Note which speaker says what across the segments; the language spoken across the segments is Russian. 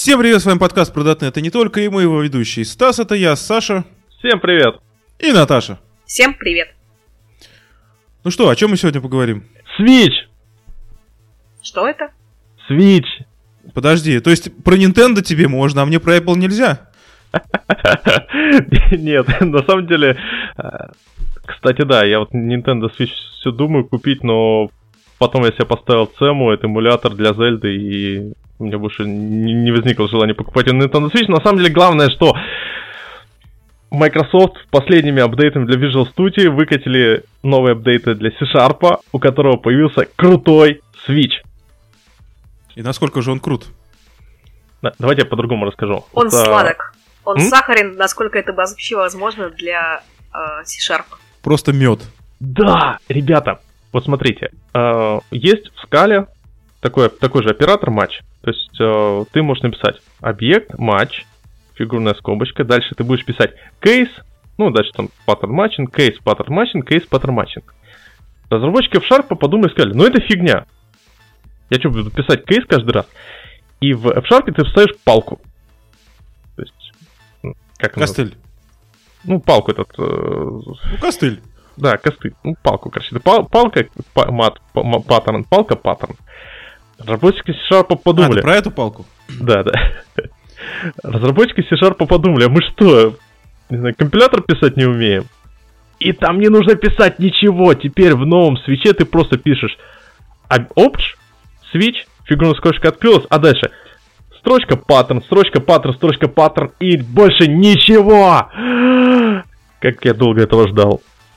Speaker 1: Всем привет, с вами подкаст про .NET, это не только, и мы его ведущие. Стас, это я, Саша.
Speaker 2: Всем привет.
Speaker 1: И Наташа.
Speaker 3: Всем привет.
Speaker 1: Ну что, о чем мы сегодня поговорим?
Speaker 2: Switch.
Speaker 3: Что это?
Speaker 2: Switch.
Speaker 1: Подожди, то есть про Nintendo тебе можно, а мне про Apple нельзя?
Speaker 2: Нет, на самом деле, кстати, да, я вот Nintendo Switch все думаю купить, но потом я себе поставил Цему, это эмулятор для Зельды, и у меня больше не возникло желания покупать Nintendo Switch. На самом деле, главное, что Microsoft последними апдейтами для Visual Studio выкатили новые апдейты для C-Sharp, у которого появился крутой Switch.
Speaker 1: И насколько же он крут?
Speaker 2: Давайте я по-другому расскажу.
Speaker 3: Он сладок. Он сахарен, насколько это вообще возможно для C-Sharp.
Speaker 1: Просто мед.
Speaker 2: Да, ребята, вот смотрите. Есть в скале такой же оператор матч. То есть ты можешь написать объект, матч, фигурная скобочка. Дальше ты будешь писать кейс, ну дальше там паттерн матчинг, кейс, паттерн матчинг, кейс, паттерн матчинг. Разработчики в F-Sharp подумали и сказали, ну это фигня. Я что, буду писать кейс каждый раз? И в F-Sharp ты вставишь палку. То есть, как
Speaker 1: костыль.
Speaker 2: Ну, палку этот...
Speaker 1: Ну, костыль.
Speaker 2: Да, костыль. Ну, палку, короче. Палка, паттерн, палка, паттерн. Разработчики C-Sharp подумали...
Speaker 1: А, ты про эту палку?
Speaker 2: Да. Разработчики C-Sharp подумали, а мы что, не знаю, компилятор писать не умеем? И там не нужно писать ничего. Теперь в новом свитче ты просто пишешь opch, switch, фигурная скобочка открылась, а дальше строчка паттерн, и больше ничего. Как я долго этого ждал.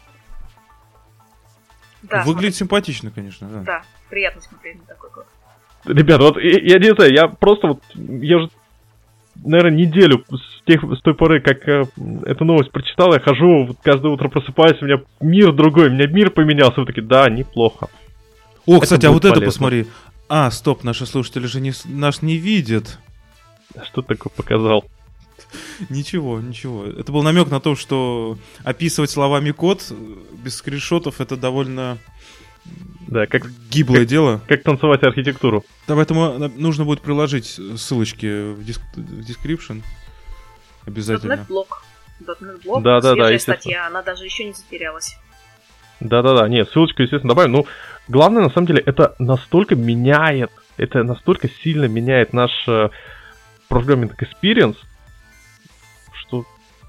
Speaker 3: Да,
Speaker 1: выглядит симпатично, конечно.
Speaker 3: Да, приятно смотреть на такой код.
Speaker 2: Ребята, вот я не знаю, я просто вот, я уже, наверное, неделю с той поры, как эту новость прочитал, я хожу, вот каждое утро просыпаюсь, у меня мир другой, у меня мир поменялся, вы такие, да, неплохо.
Speaker 1: О, кстати, а вот
Speaker 2: полезно.
Speaker 1: это посмотри. А, стоп, наши слушатели же нас не видят.
Speaker 2: Что ты такое показал?
Speaker 1: Ничего. Это был намек на то, что описывать словами код без скриншотов это довольно гиблое дело.
Speaker 2: Как танцевать архитектуру.
Speaker 1: Да, поэтому нужно будет приложить ссылочки в description. Обязательно.
Speaker 3: .NET блог,
Speaker 2: да,
Speaker 3: свежая статья, она даже еще не затерялась.
Speaker 2: Да, нет, ссылочку, естественно, добавим. Ну, главное, на самом деле, это настолько сильно меняет наш programming experience, что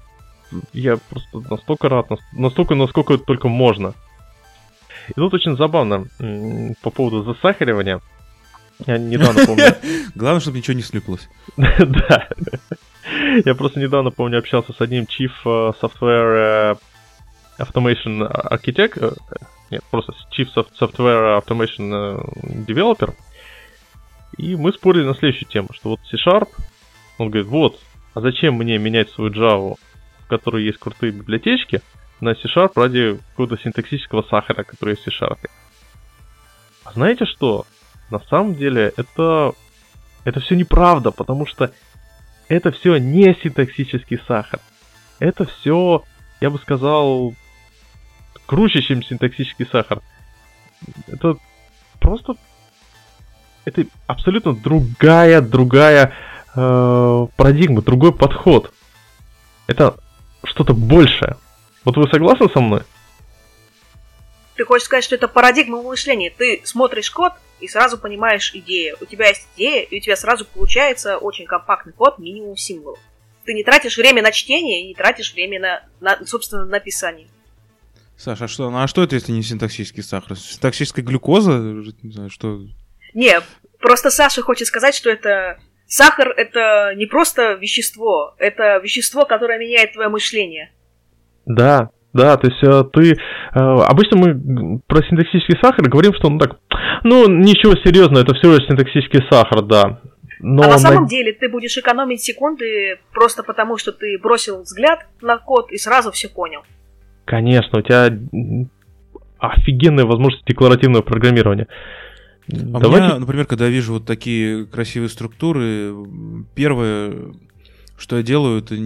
Speaker 2: я просто настолько рад, насколько это только можно. И тут очень забавно по поводу засахаривания. Я недавно помню...
Speaker 1: Главное, чтобы ничего не слиплось.
Speaker 2: Да. Я просто недавно, помню, общался с одним Chief Software Automation Architect. Нет, просто Chief Software Automation Developer. И мы спорили на следующую тему, что вот C-Sharp, он говорит, вот, а зачем мне менять свою Java, в которой есть крутые библиотечки, на C-Sharp ради какого-то синтаксического сахара, который есть в C-Sharp. А знаете что? На самом деле это все неправда, потому что это все не синтаксический сахар. Это все, я бы сказал, круче, чем синтаксический сахар. Это просто... Это абсолютно другая парадигма, другой подход. Это что-то большее. Вот вы согласны со мной?
Speaker 3: Ты хочешь сказать, что это парадигма мышления? Ты смотришь код и сразу понимаешь идею. У тебя есть идея, и у тебя сразу получается очень компактный код, минимум символов. Ты не тратишь время на чтение и не тратишь время на собственно, написание.
Speaker 1: Саша, а что это, если не синтаксический сахар? Синтаксическая глюкоза? Не знаю, что...
Speaker 3: Не, просто Саша хочет сказать, что это... Сахар — это не просто вещество, это вещество, которое меняет твое мышление. Да,
Speaker 2: то есть ты... Обычно мы про синтаксический сахар говорим, что ничего серьезного, это всего лишь синтаксический сахар, да. Но
Speaker 3: на самом деле ты будешь экономить секунды просто потому, что ты бросил взгляд на код и сразу все понял.
Speaker 2: Конечно, у тебя офигенная возможность декларативного программирования.
Speaker 1: А у меня, например, когда я вижу вот такие красивые структуры, первое, что я делаю, это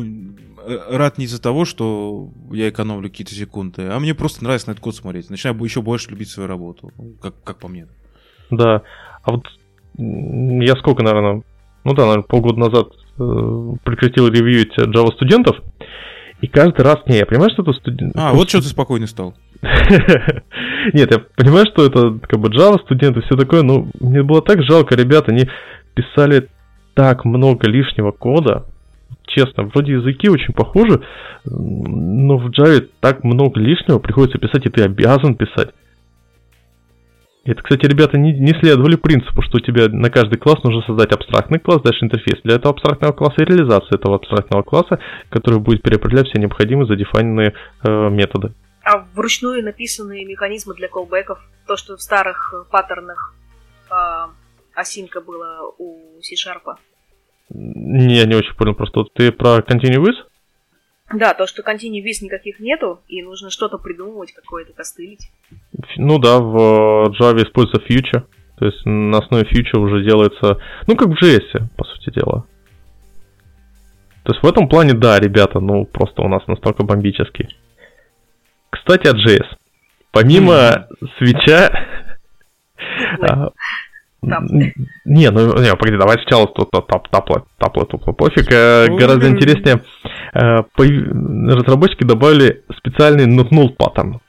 Speaker 1: рад не из-за того, что я экономлю какие-то секунды, а мне просто нравится на этот код смотреть. Начинаю еще больше любить свою работу, как по мне.
Speaker 2: Да, а вот я сколько, наверное, ну да, наверное, полгода назад прекратил ревьюить Java студентов, и каждый раз, не, я понимаю, что это студент...
Speaker 1: вот что ты спокойный стал.
Speaker 2: Нет, я понимаю, что это как бы Java студенты, все такое, но мне было так жалко, ребят, они писали так много лишнего кода, честно, вроде языки очень похожи, но в Java так много лишнего приходится писать, и ты обязан писать. Это, кстати, ребята не следовали принципу, что у тебя на каждый класс нужно создать абстрактный класс, дальше интерфейс для этого абстрактного класса и реализация этого абстрактного класса, который будет переопределять все необходимые задефайненные методы.
Speaker 3: А вручную написанные механизмы для колбеков, то, что в старых паттернах асинка было у C-Sharp?
Speaker 2: Я не очень понял, просто ты про Continuous?
Speaker 3: Да, то, что Continuous никаких нету, и нужно что-то придумывать, какое-то костылить.
Speaker 2: Ну да, в Java используется future, то есть на основе future уже делается, ну как в JS, по сути дела. То есть в этом плане, да, ребята, ну просто у нас настолько бомбический. Кстати, от JS. Помимо свитча... Погоди, давай сначала таплет, пофиг. Гораздо интереснее. Разработчики добавили специальный not-null паттерн.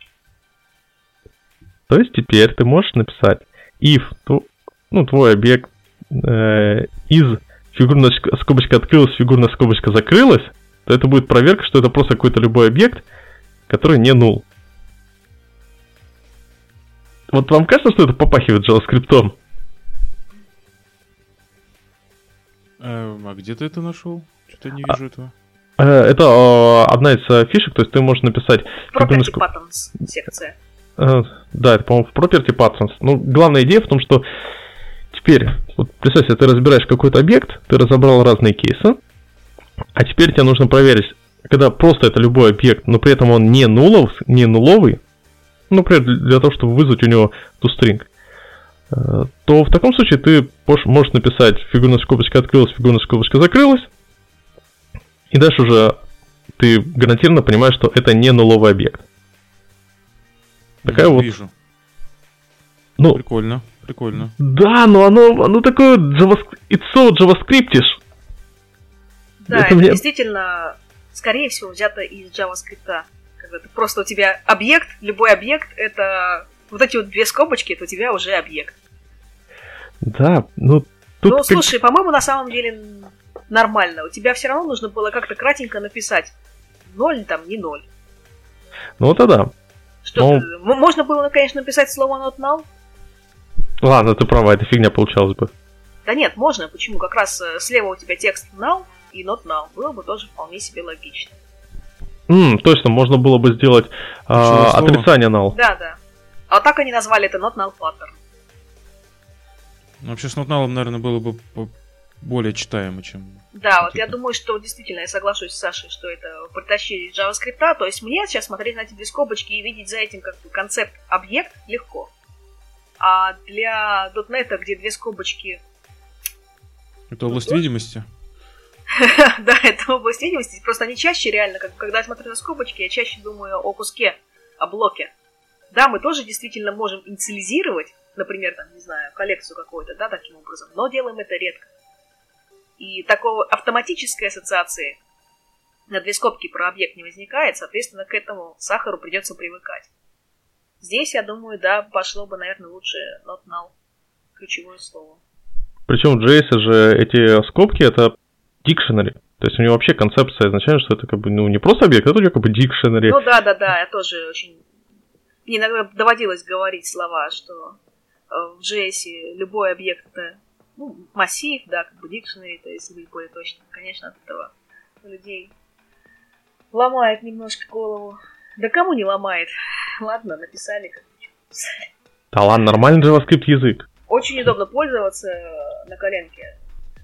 Speaker 2: То есть теперь ты можешь написать if, твой объект из фигурная скобочка открылась, фигурная скобочка закрылась, то это будет проверка, что это просто какой-то любой объект, который не null. Вот вам кажется, что это попахивает JavaScript?
Speaker 1: А где ты это нашел? Что-то я не вижу этого.
Speaker 2: Это одна из фишек, то есть ты можешь написать...
Speaker 3: Property Patterns секция.
Speaker 2: Да, это, по-моему, в Property Patterns. Ну, главная идея в том, что теперь, вот представь себе, ты разбираешь какой-то объект, ты разобрал разные кейсы, а теперь тебе нужно проверить, когда просто это любой объект, но при этом он не нуловый, например, для того, чтобы вызвать у него toString, то в таком случае ты можешь написать фигурная скобочка открылась, фигурная скобочка закрылась, и дальше уже ты гарантированно понимаешь, что это не нуловый объект. Такая вот.
Speaker 1: Вижу.
Speaker 2: Ну,
Speaker 1: прикольно.
Speaker 2: Да, но оно такое it's so JavaScript-иш.
Speaker 3: Да, это действительно, скорее всего, взято из JavaScript. Когда ты просто у тебя объект, любой объект, это вот эти вот две скобочки, это у тебя уже объект.
Speaker 2: Да, ну тут...
Speaker 3: Ну, слушай, по-моему, на самом деле нормально. У тебя все равно нужно было как-то кратенько написать 0, там, не 0.
Speaker 2: Ну, это да.
Speaker 3: Что можно было, конечно, написать слово not null?
Speaker 2: Ладно, ты права, это фигня получалась бы.
Speaker 3: Да нет, можно. Почему? Как раз слева у тебя текст null и not null. Было бы тоже вполне себе логично.
Speaker 2: Точно, можно было бы сделать отрицание null.
Speaker 3: Да. А вот так они назвали это not null pattern.
Speaker 1: Вообще с not null, наверное, было бы более читаемо, чем...
Speaker 3: Да, вот я думаю, что действительно я соглашусь с Сашей, что это притащили из JavaScript. То есть мне сейчас смотреть на эти две скобочки и видеть за этим как концепт объект легко. А для .NET, где две скобочки...
Speaker 1: Это область видимости?
Speaker 3: Да, это область видимости. Просто они чаще реально, когда я смотрю на скобочки, я чаще думаю о куске, о блоке. Да, мы тоже действительно можем инициализировать, например, там, не знаю, коллекцию какую-то, да, таким образом, но делаем это редко. И такого автоматической ассоциации на две скобки про объект не возникает, соответственно, к этому сахару придется привыкать. Здесь, я думаю, да, пошло бы, наверное, лучше not null, ключевое слово.
Speaker 2: Причем в JS же эти скобки это dictionary. То есть у него вообще концепция изначально, что это как бы не просто объект, это как бы dictionary.
Speaker 3: Ну да, я тоже очень... Мне иногда доводилось говорить слова, что в JS любой объект это массив, да, как бы dictionary, то есть быть более точно. Конечно, от этого людей ломает немножко голову. Да кому не ломает? Ладно, написали, как написали.
Speaker 2: Да ладно, нормальный JavaScript язык.
Speaker 3: Очень удобно пользоваться на коленке.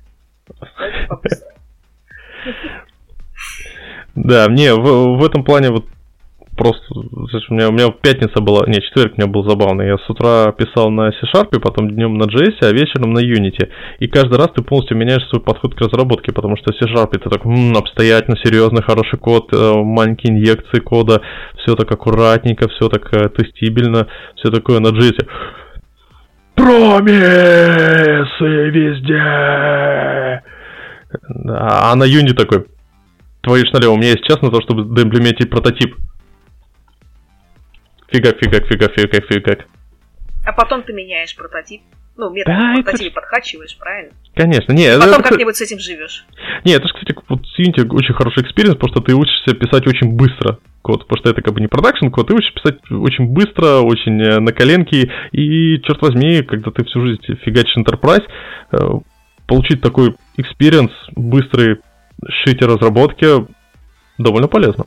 Speaker 2: Да, мне в этом плане вот просто... У меня пятница была... Не, четверг у меня был забавный. Я с утра писал на C-Sharp, потом днем на JS, а вечером на Unity. И каждый раз ты полностью меняешь свой подход к разработке, потому что C-Sharp это так обстоятельно, серьезный, хороший код, маленькие инъекции кода, все так аккуратненько, все так тестибельно, все такое на JS. Промисы везде! А на Юни такой: твою ж налево, у меня есть час на то, чтобы доимплементить прототип. Фигак.
Speaker 3: А потом ты меняешь прототип. Ну, метод прототипа подкачиваешь, правильно?
Speaker 2: Конечно,
Speaker 3: а потом как-нибудь с этим живешь.
Speaker 2: Не, это же, кстати, вот с Unity очень хороший экспириенс, потому что ты учишься писать очень быстро код, потому что это как бы не продакшн код, ты учишься писать очень быстро, очень на коленке, и, черт возьми, когда ты всю жизнь фигачишь Enterprise, получить такой экспириенс быстрый шите разработки довольно полезно.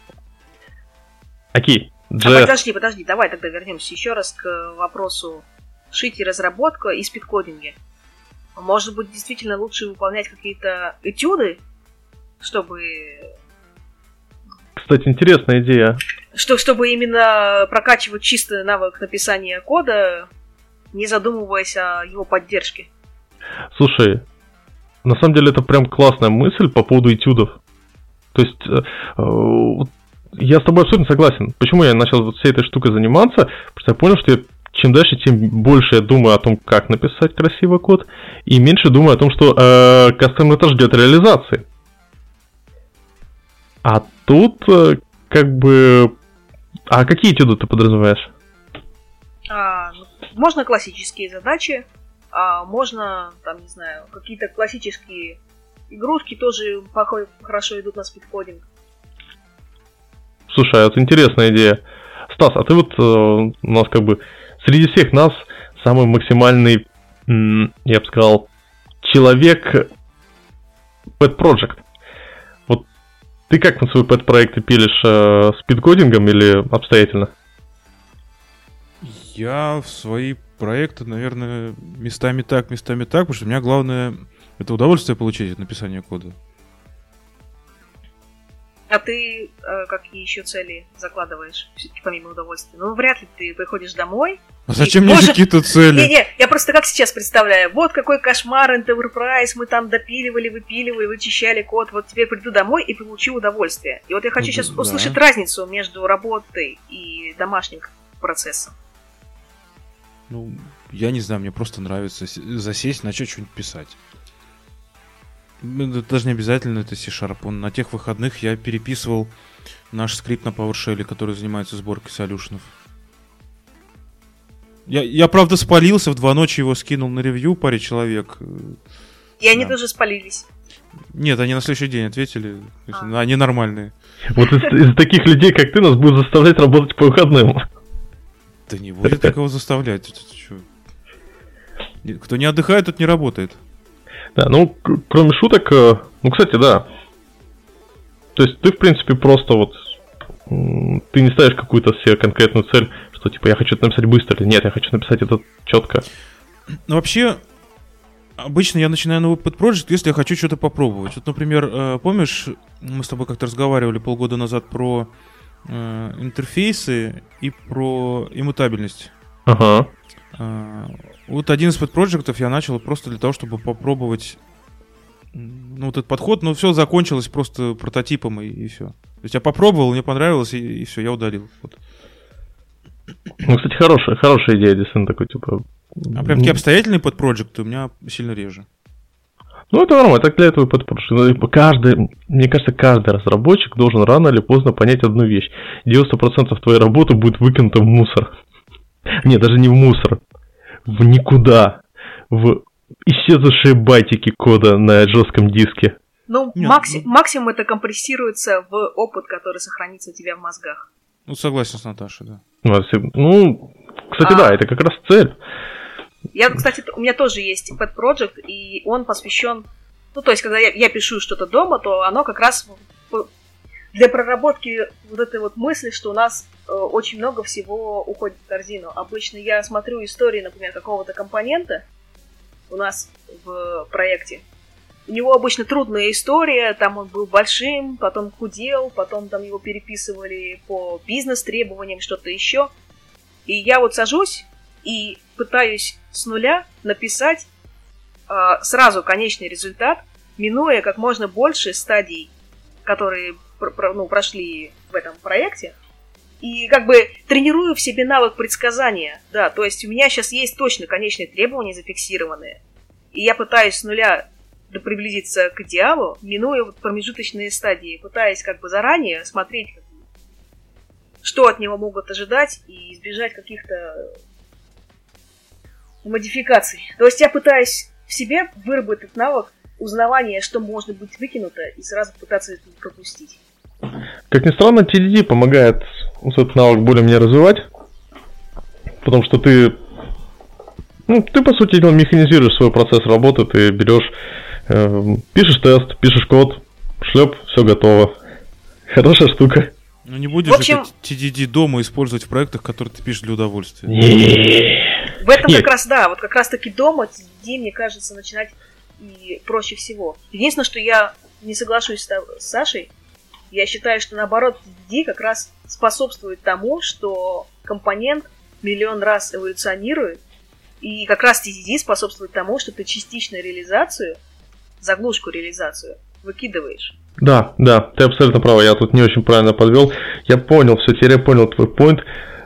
Speaker 2: Окей.
Speaker 3: Подожди, давай тогда вернемся еще раз к вопросу шите разработка и спидкодинге. Может быть, действительно лучше выполнять какие-то этюды, чтобы...
Speaker 2: Кстати, интересная идея.
Speaker 3: Чтобы именно прокачивать чисто навык написания кода, не задумываясь о его поддержке.
Speaker 2: Слушай, на самом деле это прям классная мысль по поводу этюдов. То есть, я с тобой абсолютно согласен. Почему я начал вот всей этой штукой заниматься? Потому что я понял, что чем дальше, тем больше я думаю о том, как написать красивый код, и меньше думаю о том, что кастомер ждет реализации. А тут как бы... А какие этюды ты подразумеваешь?
Speaker 3: Можно классические задачи, можно, там, не знаю, какие-то классические игрушки тоже хорошо идут на спидкодинг.
Speaker 2: Слушай, это интересная идея. Стас, а ты вот у нас как бы среди всех нас самый максимальный, я бы сказал, человек pet project. Вот ты как на свои pet проекты пилишь, спидкодингом или обстоятельно?
Speaker 1: Я в свои проекты, наверное, местами так, потому что у меня главное это удовольствие получить от написания кода.
Speaker 3: А ты какие еще цели закладываешь, все-таки помимо удовольствия? Ну, вряд ли ты приходишь домой.
Speaker 1: А зачем мне какие-то цели?
Speaker 3: Не, я просто как сейчас представляю. Вот какой кошмар Enterprise, мы там допиливали, выпиливали, вычищали код. Вот теперь приду домой и получу удовольствие. И вот я хочу сейчас услышать разницу между работой и домашним процессом.
Speaker 1: Ну, я не знаю, мне просто нравится засесть, начать что-нибудь писать. Это даже не обязательно, это C-Sharp. На тех выходных я переписывал наш скрипт на PowerShell, который занимается сборкой солюшенов. Я правда, спалился, в 2 ночи его скинул на ревью паре человек.
Speaker 3: И они тоже спалились?
Speaker 1: Нет, они на следующий день ответили. Они нормальные.
Speaker 2: Вот из таких людей, как ты, нас будут заставлять работать по выходным.
Speaker 1: Да не будет такого заставлять. Кто не отдыхает, тот не работает.
Speaker 2: Да, ну, кроме шуток, ну, кстати, да. То есть ты, в принципе, просто вот, ты не ставишь какую-то себе конкретную цель, что, типа, я хочу это написать быстро, или нет, я хочу написать это четко.
Speaker 1: Ну, вообще, обычно я начинаю новый pet project, если я хочу что-то попробовать. Вот, например, помнишь, мы с тобой как-то разговаривали полгода назад про интерфейсы и про иммутабельность.
Speaker 2: Ага.
Speaker 1: Вот один из подпроектов я начал просто для того, чтобы попробовать вот этот подход, но все закончилось просто прототипом и все. То есть я попробовал, мне понравилось, и все, я удалил. Вот.
Speaker 2: Ну, кстати, хорошая идея, действительно, такой, типа...
Speaker 1: А прям такие обстоятельные подпроекты у меня сильно реже.
Speaker 2: Ну, это нормально, так для этого подпроект. Мне кажется, каждый разработчик должен рано или поздно понять одну вещь. 90% твоей работы будет выкинуто в мусор. Нет, даже не в мусор. В никуда. В исчезнувшие байтики кода на жестком диске.
Speaker 3: Ну, максимум это компрессируется в опыт, который сохранится у тебя в мозгах.
Speaker 1: Ну, согласен с Наташей, да.
Speaker 2: Ну, кстати, да, это как раз цель.
Speaker 3: Кстати, у меня тоже есть pet project, и он посвящен... Ну, то есть, когда я пишу что-то дома, то оно как раз для проработки вот этой вот мысли, что у нас очень много всего уходит в корзину. Обычно я смотрю истории, например, какого-то компонента у нас в проекте. У него обычно трудная история, там он был большим, потом худел, потом там его переписывали по бизнес-требованиям, что-то еще. И я вот сажусь и пытаюсь с нуля написать сразу конечный результат, минуя как можно больше стадий, которые прошли в этом проекте. И как бы тренирую в себе навык предсказания. Да, то есть у меня сейчас есть точно конечные требования зафиксированные. И я пытаюсь с нуля приблизиться к идеалу, минуя вот промежуточные стадии, пытаясь как бы заранее смотреть, что от него могут ожидать, и избежать каких-то модификаций. То есть я пытаюсь в себе выработать навык узнавания, что может быть выкинуто, и сразу пытаться это пропустить.
Speaker 2: Как ни странно, TDD помогает этот навык более-менее развивать, потому что ты, по сути дела, механизируешь свой процесс работы, ты берешь, пишешь тест, пишешь код, шлеп, все готово. Хорошая штука.
Speaker 1: Ну не будешь же ты TDD дома использовать в проектах, которые ты пишешь для удовольствия.
Speaker 3: В этом как раз, да, вот как раз таки дома TDD, мне кажется, начинать и проще всего. Единственное, что я не соглашусь с Сашей, я считаю, что наоборот TDD как раз способствует тому, что компонент миллион раз эволюционирует, и как раз TDD способствует тому, что ты частичную реализацию, заглушку реализацию выкидываешь.
Speaker 2: Да, ты абсолютно прав, я тут не очень правильно подвел. Я понял, все, теперь я понял твой point.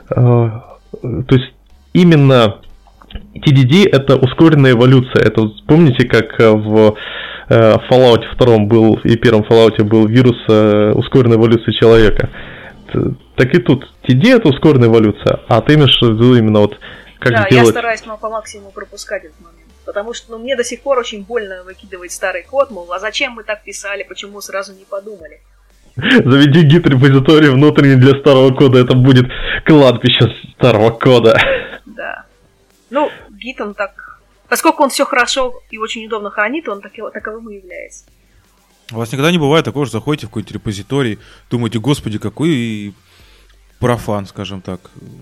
Speaker 2: То есть именно TDD это ускоренная эволюция. Это вот, помните, как в Fallout 2 был и первом Fallout был вирус ускоренной эволюции человека. Так и тут TDD это ускоренная эволюция, а ты имеешь в виду именно вот как
Speaker 3: да,
Speaker 2: сделать...
Speaker 3: я стараюсь по максимуму пропускать этот момент. Потому что мне до сих пор очень больно выкидывать старый код, мол, а зачем мы так писали, почему сразу не подумали.
Speaker 2: Заведи гид-репозиторий внутренний для старого кода, это будет кладбище старого кода.
Speaker 3: Да. Ну, гид он так... Поскольку он все хорошо и очень удобно хранит, он таковым и является.
Speaker 1: У вас никогда не бывает такого, что заходите в какой-нибудь репозиторий, думаете, господи, какой профан, скажем так,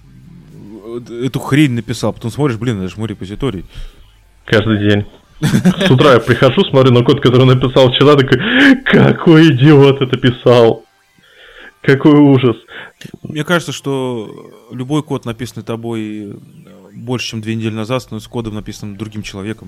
Speaker 1: эту хрень написал, потом смотришь, блин, это же мой репозиторий.
Speaker 2: Каждый день. С утра я прихожу, смотрю на код, который написал вчера, такой, какой идиот это писал. Какой ужас.
Speaker 1: Мне кажется, что любой код, написанный тобой больше, чем 2 недели назад, становится кодом, написанным другим человеком.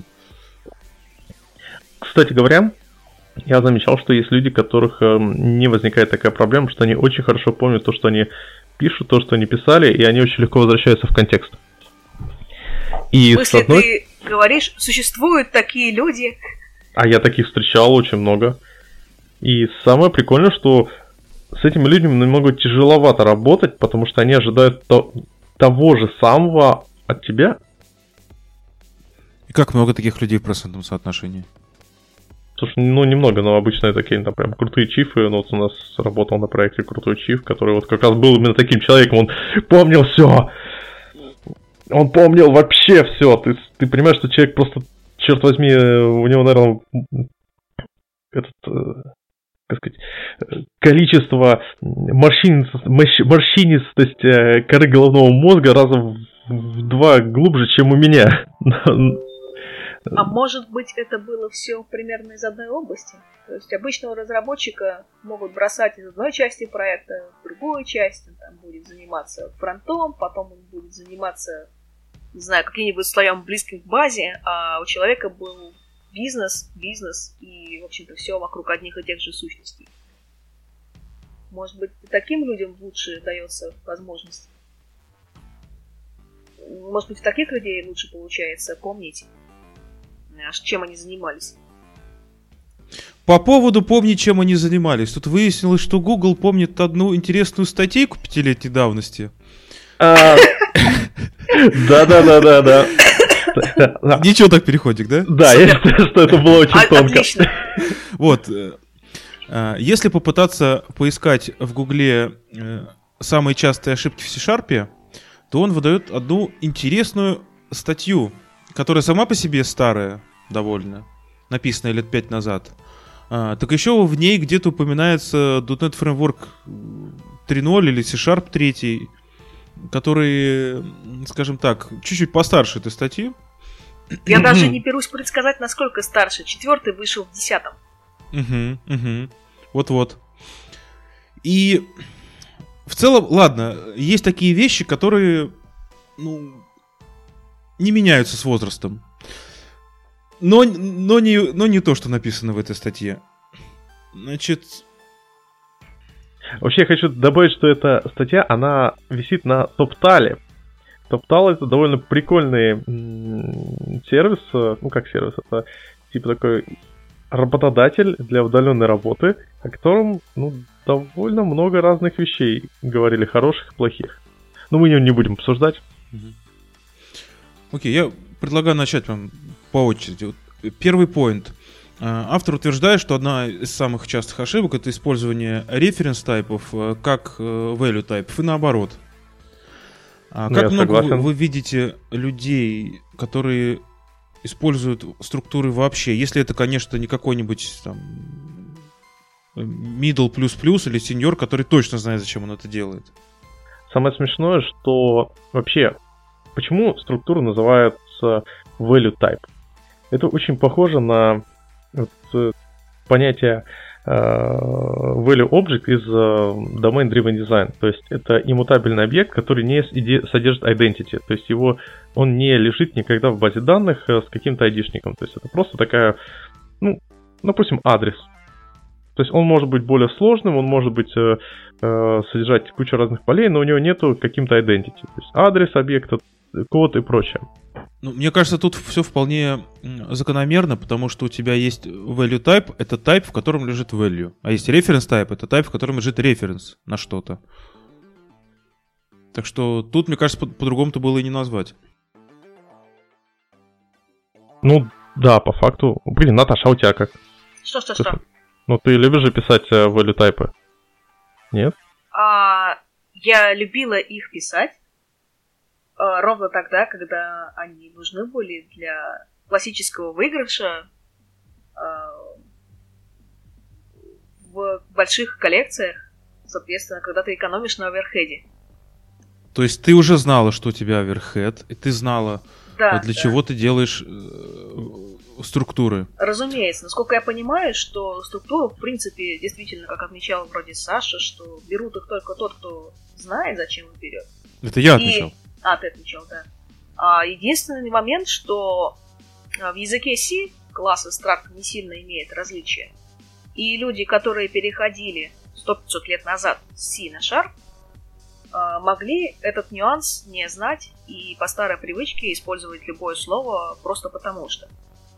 Speaker 2: Кстати говоря, я замечал, что есть люди, у которых не возникает такая проблема, что они очень хорошо помнят то, что они пишут, то, что они писали, и они очень легко возвращаются в контекст. И
Speaker 3: в смысле, ты говоришь, существуют такие люди?
Speaker 2: А я таких встречал очень много. И самое прикольное, что с этими людьми немного тяжеловато работать, потому что они ожидают того же самого от тебя.
Speaker 1: И как много таких людей в процентном соотношении?
Speaker 2: Слушай, немного, но обычно такие, там, прям крутые чифы. Ну, вот у нас работал на проекте крутой чиф, который вот как раз был именно таким человеком, он помнил все. Он помнил вообще все. Ты понимаешь, что человек просто, черт возьми, у него, наверное, как сказать, количество морщинистость коры головного мозга раза в 2 глубже, чем у меня.
Speaker 3: А может быть, это было все примерно из одной области? То есть обычного разработчика могут бросать из одной части проекта в другую часть, он там будет заниматься фронтом, потом он будет заниматься, не знаю, каким-нибудь слоем близким к базе, а у человека был бизнес и, в общем-то, все вокруг одних и тех же сущностей. Может быть, таким людям лучше дается возможность? Может быть, у таких людей лучше получается помнить, чем они занимались?
Speaker 1: По поводу помнить, чем они занимались. Тут выяснилось, что Google помнит одну интересную статейку 5-летней давности.
Speaker 2: Да.
Speaker 1: Ничего так переходик, да?
Speaker 2: Да, я считаю, что это было очень тонко.
Speaker 3: Отлично.
Speaker 1: Вот. Если попытаться поискать в Гугле самые частые ошибки в C-Sharp, то он выдает одну интересную статью, которая сама по себе старая довольно, написанная лет 5 назад. Так еще в ней где-то упоминается .NET Framework 3.0 или C-Sharp 3, которые, скажем так, чуть-чуть постарше этой статьи.
Speaker 3: Я даже не берусь предсказать, насколько старше. 4 вышел в 10-м.
Speaker 1: Вот-вот. И в целом, ладно, есть такие вещи, которые, не меняются с возрастом. Но не то, что написано в этой статье. Значит...
Speaker 2: Вообще я хочу добавить, что эта статья, она висит на TopTal. TopTal — это довольно прикольный сервис, ну как сервис, это типа такой работодатель для удаленной работы, о котором, ну, довольно много разных вещей говорили, хороших и плохих. Но мы не будем обсуждать.
Speaker 1: Окей, я предлагаю начать вам по очереди. Вот первый поинт. Автор утверждает, что одна из самых частых ошибок — это использование референс-тайпов как value-тайпов и наоборот. Как много вы видите людей, которые используют структуры вообще? Если это, конечно, не какой-нибудь там middle++ или senior, который точно знает, зачем он это делает.
Speaker 2: Самое смешное, что вообще, почему структура называется value type? Это очень похоже на вот, понятие value object из domain driven design. То есть это иммутабельный объект, который не содержит identity. То есть он не лежит никогда в базе данных с каким-то айдишником. То есть это просто такая, ну, допустим, адрес. То есть он может быть более сложным, он может быть содержать кучу разных полей, но у него нету каким-то identity. То есть адрес объекта, код и прочее.
Speaker 1: Ну, мне кажется, тут все вполне закономерно, потому что у тебя есть value type, это type, в котором лежит value. А есть reference type, это type, в котором лежит reference на что-то. Так что тут, мне кажется, по-другому-то было и не назвать.
Speaker 2: Ну, да, по факту. Блин, Наташа, а у тебя как?
Speaker 3: Что?
Speaker 2: Ну, ты любишь же писать value type? Нет?
Speaker 3: Я любила их писать ровно тогда, когда они нужны были для классического выигрыша в больших коллекциях, соответственно, когда ты экономишь на оверхеде.
Speaker 1: То есть ты уже знала, что у тебя оверхед, и ты знала, для чего ты делаешь структуры.
Speaker 3: Разумеется. Насколько я понимаю, что структуру, в принципе, действительно, как отмечал вроде Саша, что берут их только тот, кто знает, зачем их берет.
Speaker 1: Это я отмечал.
Speaker 3: Ты отмечал, да. Единственный момент, что в языке C класс struct не сильно имеет различия. И люди, которые переходили 100-500 лет назад с C на Sharp, могли этот нюанс не знать и по старой привычке использовать любое слово просто потому что.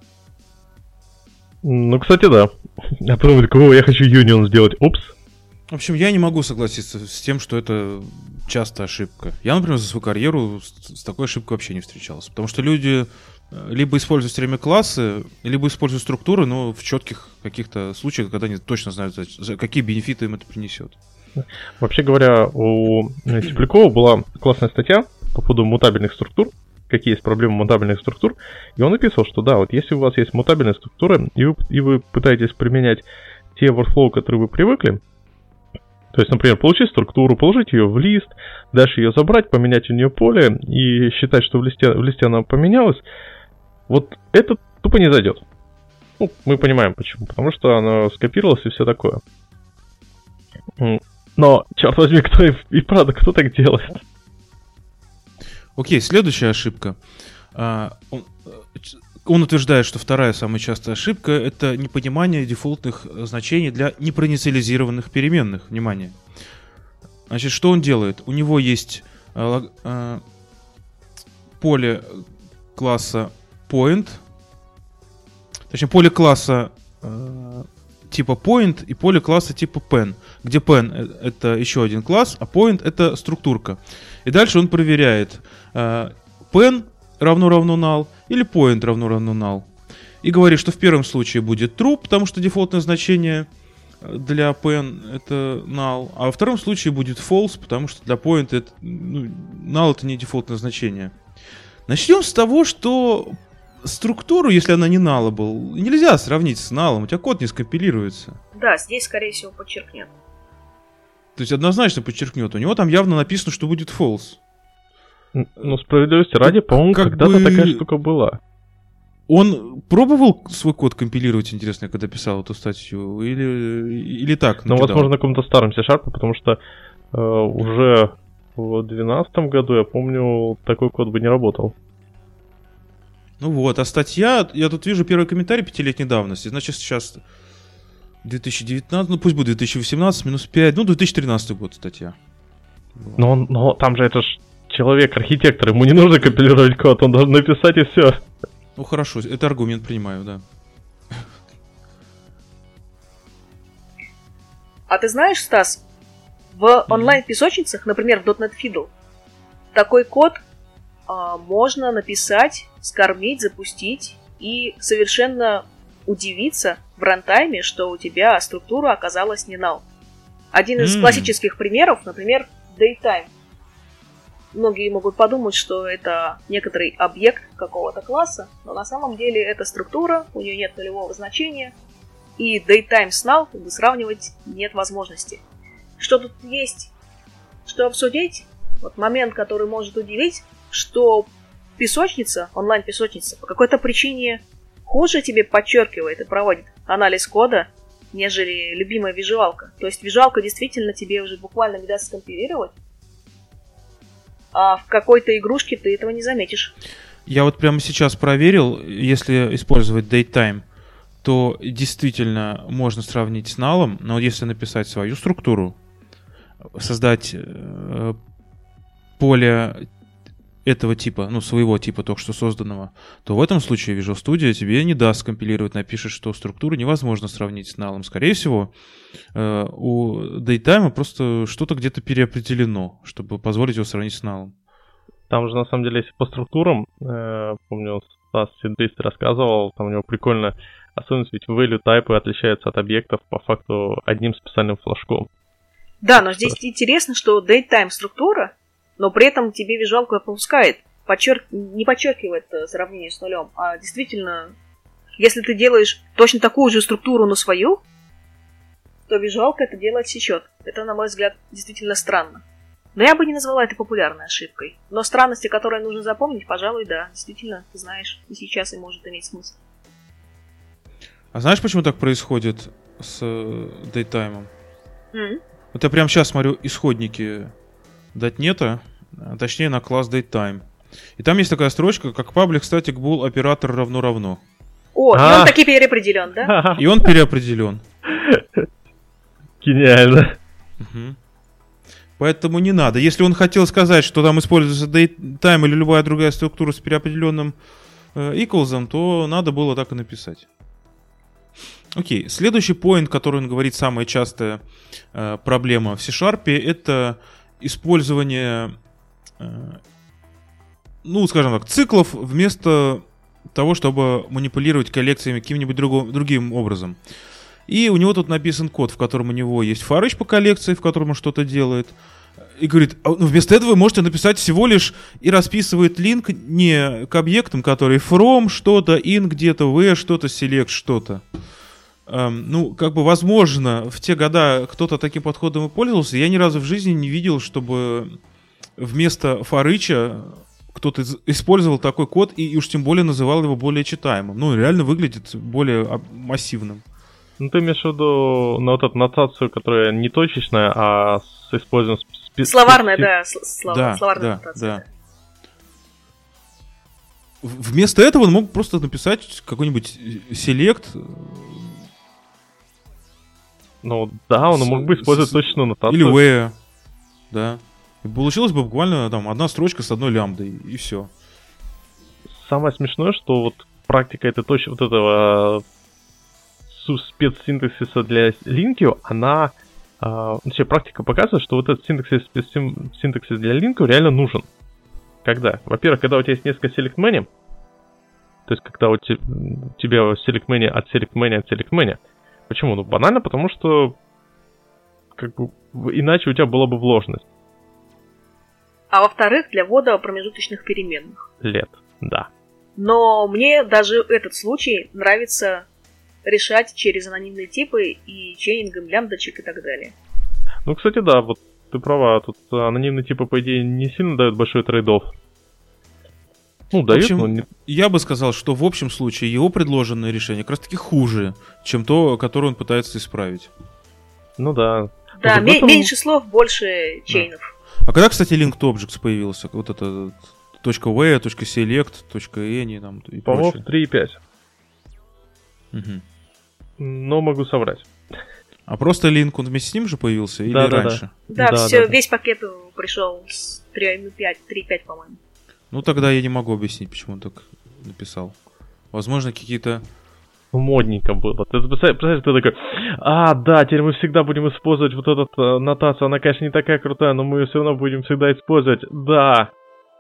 Speaker 2: Ну, кстати, да. А потом такого я хочу union сделать. Упс.
Speaker 1: В общем, я не могу согласиться с тем, что это частая ошибка. Я, например, за свою карьеру с такой ошибкой вообще не встречался. Потому что люди либо используют все время классы, либо используют структуры, но в четких каких-то случаях, когда они точно знают, какие бенефиты им это принесет.
Speaker 2: Вообще говоря, у Теплякова была классная статья по поводу мутабельных структур, какие есть проблемы мутабельных структур, и он написал, что да, вот если у вас есть мутабельная структура, и вы пытаетесь применять те workflow, которые вы привыкли, то есть, например, получить структуру, положить ее в лист, дальше ее забрать, поменять у нее поле и считать, что в листе она поменялась, вот это тупо не зайдет. Ну, мы понимаем почему, потому что она скопировалась и все такое. Но, черт возьми, кто так делает?
Speaker 1: Окей, следующая ошибка. Он утверждает, что вторая самая частая ошибка — это непонимание дефолтных значений для непроинициализированных переменных. Внимание. Значит, что он делает? У него есть поле класса point, точнее, поле класса типа point и поле класса типа pen, где pen — это еще один класс, а point — это структурка. И дальше он проверяет pen равно null или point равно null. И говорит, что в первом случае будет true, потому что дефолтное значение для pen это null, а во втором случае будет false, потому что для point это, null это не дефолтное значение. Начнем с того, что структуру, если она не nullable, нельзя сравнить с null, у тебя код не скомпилируется.
Speaker 3: Да, здесь, скорее всего, подчеркнет.
Speaker 1: То есть однозначно подчеркнет. У него там явно написано, что будет false.
Speaker 2: Ну, справедливости ради, по-моему, когда-то такая штука была.
Speaker 1: Он пробовал свой код компилировать, интересно, когда писал эту статью? Или так?
Speaker 2: Ну, возможно, на каком-то старом C-Sharp, потому что уже в 2012 году, я помню, такой код бы не работал.
Speaker 1: Ну вот, а статья, я тут вижу первый комментарий 5-летней давности, значит, сейчас 2019, ну пусть будет 2018, минус 5, ну 2013 год статья.
Speaker 2: Но там же это ж человек-архитектор, ему не нужно компилировать код, он должен написать и все.
Speaker 1: Ну хорошо, это аргумент принимаю, да.
Speaker 3: А ты знаешь, Стас, в онлайн-песочницах, например, в .NET Fiddle, такой код можно написать, скормить, запустить и совершенно удивиться в рантайме, что у тебя структура оказалась не null. Один из классических примеров, например, datetime. Многие могут подумать, что это некоторый объект какого-то класса, но на самом деле это структура, у нее нет нулевого значения, и datetime с null как бы сравнивать нет возможности. Что тут есть? Что обсудить? Вот момент, который может удивить, что песочница, онлайн-песочница, по какой-то причине хуже тебе подчеркивает и проводит анализ кода, нежели любимая визуалка. То есть визуалка действительно тебе уже буквально не даст скомпилировать, а в какой-то игрушке ты этого не заметишь.
Speaker 1: Я вот прямо сейчас проверил, если использовать datetime, то действительно можно сравнить с null, но если написать свою структуру, создать поле этого типа, ну, своего типа, только что созданного, то в этом случае Visual Studio тебе не даст скомпилировать, напишет, что структуру невозможно сравнить с null. Скорее всего, у datetime просто что-то где-то переопределено, чтобы позволить его сравнить с null.
Speaker 2: Там же, на самом деле, если по структурам, помню, Стас Синдристи рассказывал, там у него прикольно особенность, ведь value type отличаются от объектов по факту одним специальным флажком.
Speaker 3: Да, но здесь интересно, что datetime структура, но при этом тебе визуалку опускает, не подчеркивает сравнение с нулем, а действительно, если ты делаешь точно такую же структуру, но свою, то визуалка это дело отсечет. Это, на мой взгляд, действительно странно. Но я бы не назвала это популярной ошибкой. Но странности, которые нужно запомнить, пожалуй, да, действительно, ты знаешь, и сейчас и может иметь смысл.
Speaker 1: А знаешь, почему так происходит с datetime? Вот я прямо сейчас смотрю исходники .NET, точнее на класс datetime. И там есть такая строчка, как public static bool оператор равно-равно.
Speaker 3: О, и он таки переопределен, да?
Speaker 1: И он переопределен.
Speaker 2: Гениально.
Speaker 1: Угу. Поэтому не надо. Если он хотел сказать, что там используется datetime или любая другая структура с переопределенным equals, то надо было так и написать. Окей, следующий поинт, который он говорит, самая частая проблема в C-Sharp, это использование, ну, скажем так, циклов вместо того, чтобы манипулировать коллекциями каким-нибудь другим образом. И у него тут написан код, в котором у него есть for each по коллекции, в котором он что-то делает. И говорит, вместо этого вы можете написать всего лишь и расписывает линк не к объектам, которые from что-то, in где-то, where что-то, select что-то. Ну, как бы, возможно, в те года кто-то таким подходом и пользовался. Я ни разу в жизни не видел, чтобы вместо for each кто-то использовал такой код и уж тем более называл его более читаемым. Ну, реально выглядит более массивным.
Speaker 2: Ну, ты имеешь в виду вот эту нотацию, которая не точечная, а с использованием...
Speaker 3: Словарная, да. Словарная нотация.
Speaker 1: Да. Вместо этого он мог просто написать какой-нибудь select.
Speaker 2: Ну, да, он мог бы использовать точную нотацию.
Speaker 1: Или where, да. И получилось бы буквально там одна строчка с одной лямбдой, и все.
Speaker 2: Самое смешное, что вот практика это точно вот этого спецсинтаксиса для Linkio, она... Вообще, практика показывает, что вот этот синтаксис для Linkio реально нужен. Когда? Во-первых, когда у тебя есть несколько select many, то есть когда у тебя select many от select many от select many. Почему? Ну, банально, потому что как бы иначе у тебя была бы вложенность.
Speaker 3: А во-вторых, для ввода промежуточных переменных.
Speaker 2: Лет, да.
Speaker 3: Но мне даже этот случай нравится решать через анонимные типы и чейнингом лямбдочек и так далее.
Speaker 2: Ну, кстати, да, вот ты права, тут анонимные типы, по идее, не сильно дают большой трейд-офф. Ну, дают,
Speaker 1: в общем,
Speaker 2: но не...
Speaker 1: Я бы сказал, что в общем случае его предложенное решение как раз таки хуже, чем то, которое он пытается исправить.
Speaker 2: Ну да.
Speaker 3: Да, меньше слов, больше чейнов.
Speaker 1: А когда, кстати, linked objects появился? Вот это .where, .select, .any там и
Speaker 2: по-моему,
Speaker 1: прочее.
Speaker 2: в 3.5.
Speaker 1: Угу.
Speaker 2: Но могу соврать.
Speaker 1: А просто линк, он вместе с ним же появился или раньше?
Speaker 3: Да, все, весь пакет пришел с 3.5, по-моему.
Speaker 1: Ну, тогда я не могу объяснить, почему он так написал. Возможно, какие-то...
Speaker 2: Модненько было. Ты представляешь, ты такой, да, теперь мы всегда будем использовать вот эту нотацию. Она, конечно, не такая крутая, но мы ее все равно будем всегда использовать. Да.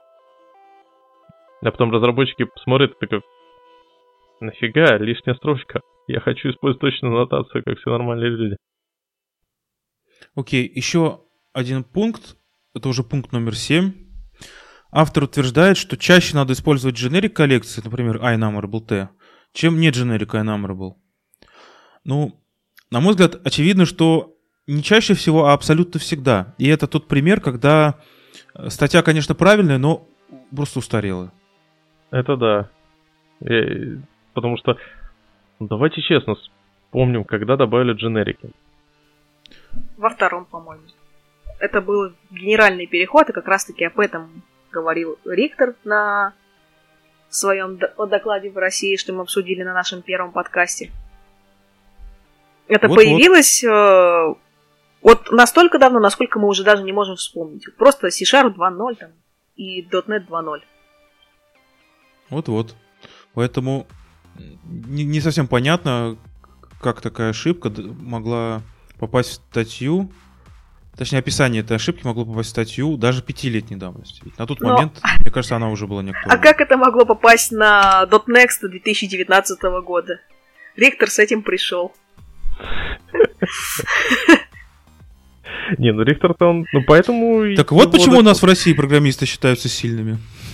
Speaker 2: А потом разработчики смотрят и такой, нафига, лишняя строчка. Я хочу использовать точную нотацию, как все нормальные люди.
Speaker 1: Окей, еще один пункт. Это уже пункт номер 7. Автор утверждает, что чаще надо использовать generic коллекции, например, iNumberable T, чем не generic iNumberable. Ну, на мой взгляд, очевидно, что не чаще всего, а абсолютно всегда. И это тот пример, когда статья, конечно, правильная, но просто устарелая.
Speaker 2: Это да. Потому что, давайте честно, вспомним, когда добавили дженерики.
Speaker 3: Во втором, по-моему. Это был генеральный переход, и как раз-таки об этом говорил Рихтер на своем докладе в России, что мы обсудили на нашем первом подкасте. Это появилось вот настолько давно, насколько мы уже даже не можем вспомнить. Просто C-Sharp 2.0 там, и .NET 2.0.
Speaker 1: Вот-вот. Поэтому не совсем понятно, как такая ошибка могла попасть в статью. Точнее, описание этой ошибки могло попасть в статью даже 5-летней давности. Ведь на тот момент, мне кажется, она уже была не актуальна.
Speaker 3: А как это могло попасть на .next 2019 года? Рихтер с этим пришел.
Speaker 2: Не, ну Рихтер-то он... Ну, поэтому...
Speaker 1: Так вот почему у нас в России программисты считаются сильными.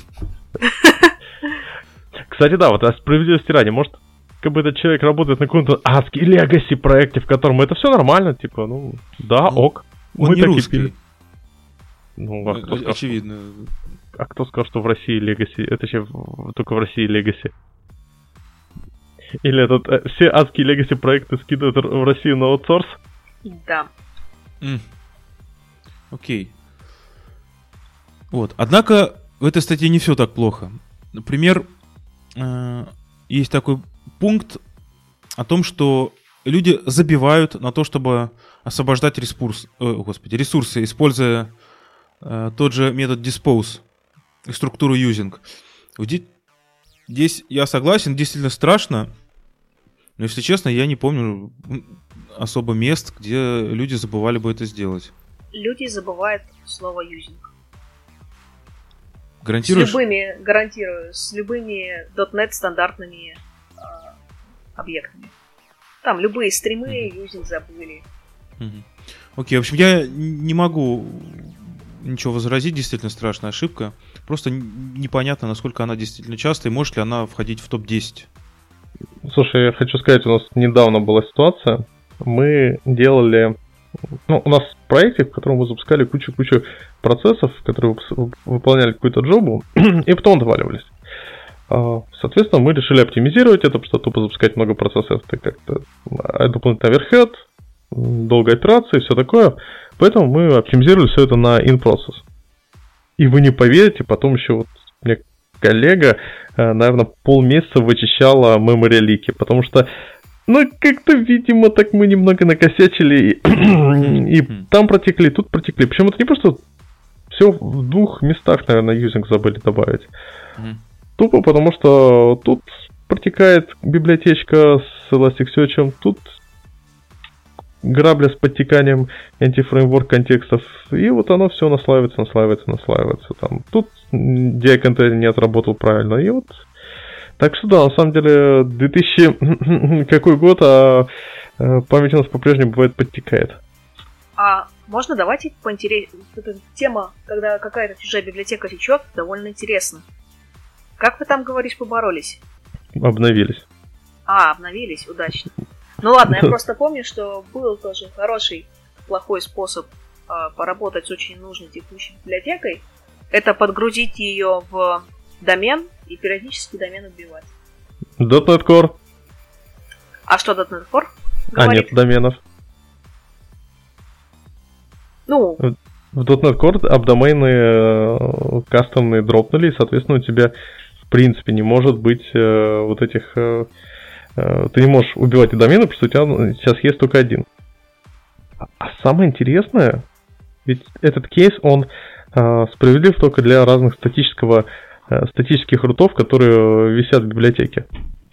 Speaker 2: Кстати, да, вот о справедливости ради, может, как бы этот человек работает на каком-то адский legacy проекте, в котором это все нормально, типа, ну, да, ок.
Speaker 1: Он не русский.
Speaker 2: Ну, а кто
Speaker 1: очевидно.
Speaker 2: А кто сказал, что в России legacy? Это же только в России legacy. Или этот все адские legacy проекты скидывают в Россию на аутсорс?
Speaker 3: Да.
Speaker 1: Окей. Вот. Однако в этой статье не все так плохо. Например, есть такой пункт о том, что люди забивают на то, чтобы освобождать ресурсы, используя тот же метод dispose и структуру using. Здесь я согласен, действительно страшно, но, если честно, я не помню особо мест, где люди забывали бы это сделать.
Speaker 3: Люди забывают слово using.
Speaker 1: Гарантируешь?
Speaker 3: Гарантирую, с любыми .NET стандартными объектами. Там любые стримы, юзинг забыли.
Speaker 1: Окей, в общем, я не могу ничего возразить, действительно страшная ошибка. Просто непонятно, насколько она действительно часто, и может ли она входить в топ-10.
Speaker 2: Слушай, я хочу сказать, у нас недавно была ситуация. Мы делали... Ну, у нас в проекте, в котором мы запускали кучу процессов, которые выполняли какую-то джобу, и потом отваливались. Соответственно, мы решили оптимизировать это, потому что тупо запускать много процессов, это как-то дополнительный оверхед, долгая операция и все такое. Поэтому мы оптимизировали все это на in-process. И вы не поверите, потом еще вот мне коллега, наверное, полмесяца вычищала memory лики, потому что, ну, как-то, видимо, так мы немного накосячили, и там протекли, и тут протекли. Причем это не просто все в двух местах, наверное, юзинг забыли добавить. Тупо потому, что тут протекает библиотечка с Elasticsearch, тут грабля с подтеканием антифреймворк контекстов, и вот оно все наслаивается. Там. Тут DI-контейнер не отработал правильно, и вот... Так что да, на самом деле, 2000 какой год, а память у нас по-прежнему бывает подтекает.
Speaker 3: А можно давайте поинтереснее? Эта тема, когда какая-то чужая библиотека течет, довольно интересно. Как вы там, говоришь, поборолись?
Speaker 2: Обновились.
Speaker 3: Обновились, удачно. Ну ладно, я просто помню, что был тоже хороший, плохой способ поработать с очень нужной текущей библиотекой. Это подгрузить ее в домен и периодически домен отбивать.
Speaker 2: .NET Core.
Speaker 3: А что .NET Core говорит?
Speaker 2: Нет доменов.
Speaker 3: Ну...
Speaker 2: В .NET Core апдомены кастомные дропнули, и, соответственно, у тебя в принципе не может быть вот этих... ты не можешь убивать и домены, потому что у тебя сейчас есть только один. А самое интересное, ведь этот кейс, он справедлив только для разных статических рутов, которые висят в библиотеке.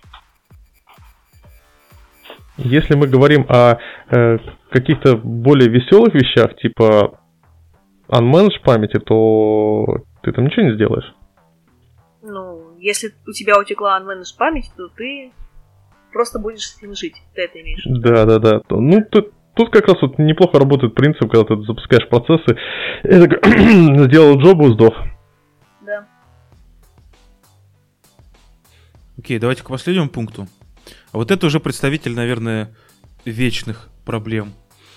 Speaker 2: Если мы говорим о каких-то более веселых вещах, типа unmanaged памяти, то ты там ничего не сделаешь.
Speaker 3: Ну, если у тебя утекла unmanaged память, то ты просто будешь с этим жить. Ты это имеешь в виду?
Speaker 2: Да. Ну, тут как раз вот неплохо работает принцип, когда ты запускаешь процессы, сделал джобу, сдох.
Speaker 3: Да.
Speaker 1: Окей, давайте к последнему пункту. А вот это уже представитель, наверное, вечных проблем.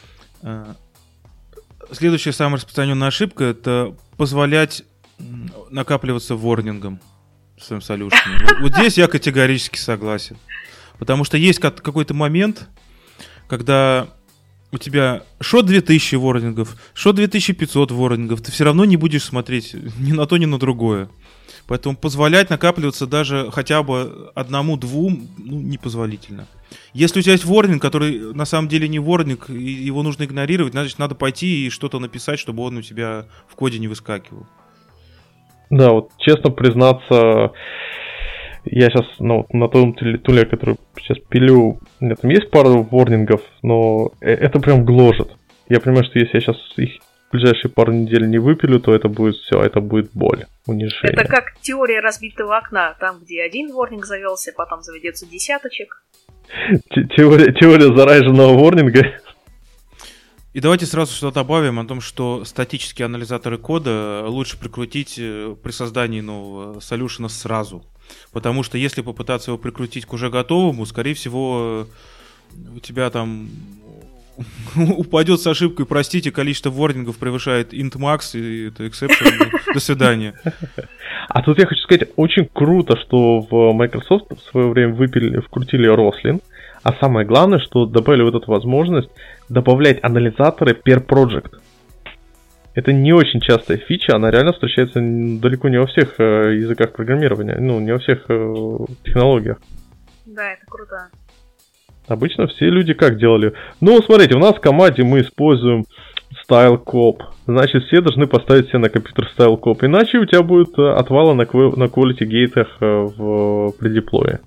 Speaker 1: Следующая самая распространенная ошибка — это позволять накапливаться ворнингом в своем солюшене. Вот здесь я категорически согласен. Потому что есть какой-то момент, когда у тебя шо 2000 ворнингов, шо 2500 ворнингов, ты все равно не будешь смотреть ни на то, ни на другое. Поэтому позволять накапливаться даже хотя бы одному-двум, ну, непозволительно. Если у тебя есть ворнинг, который на самом деле не ворнинг, и его нужно игнорировать, значит, надо пойти и что-то написать, чтобы он у тебя в коде не выскакивал.
Speaker 2: Да, вот честно признаться, я сейчас на том туле, который сейчас пилю, у меня там есть пару ворнингов, но это прям гложет. Я понимаю, что если я сейчас их в ближайшие пару недель не выпилю, то это будет все, это будет боль, унижение.
Speaker 3: Это как теория разбитого окна, там, где один ворнинг завелся, потом заведется десяточек.
Speaker 2: Теория зараженного ворнинга.
Speaker 1: И давайте сразу что-то добавим о том, что статические анализаторы кода лучше прикрутить при создании нового солюшена сразу. Потому что если попытаться его прикрутить к уже готовому, скорее всего, у тебя там упадет с ошибкой, простите, количество ворнингов превышает int max, и это exception. До свидания.
Speaker 2: А тут я хочу сказать, очень круто, что в Microsoft в свое время вкрутили Roslyn, а самое главное, что добавили вот эту возможность добавлять анализаторы per project. Это не очень частая фича, она реально встречается далеко не во всех языках программирования, ну, не во всех технологиях.
Speaker 3: Да, это круто.
Speaker 2: Обычно все люди как делали? Ну, смотрите, у нас в команде мы используем StyleCop. Значит, все должны поставить себе на компьютер StyleCop. Иначе у тебя будет отвалы на quality гейтах при деплое.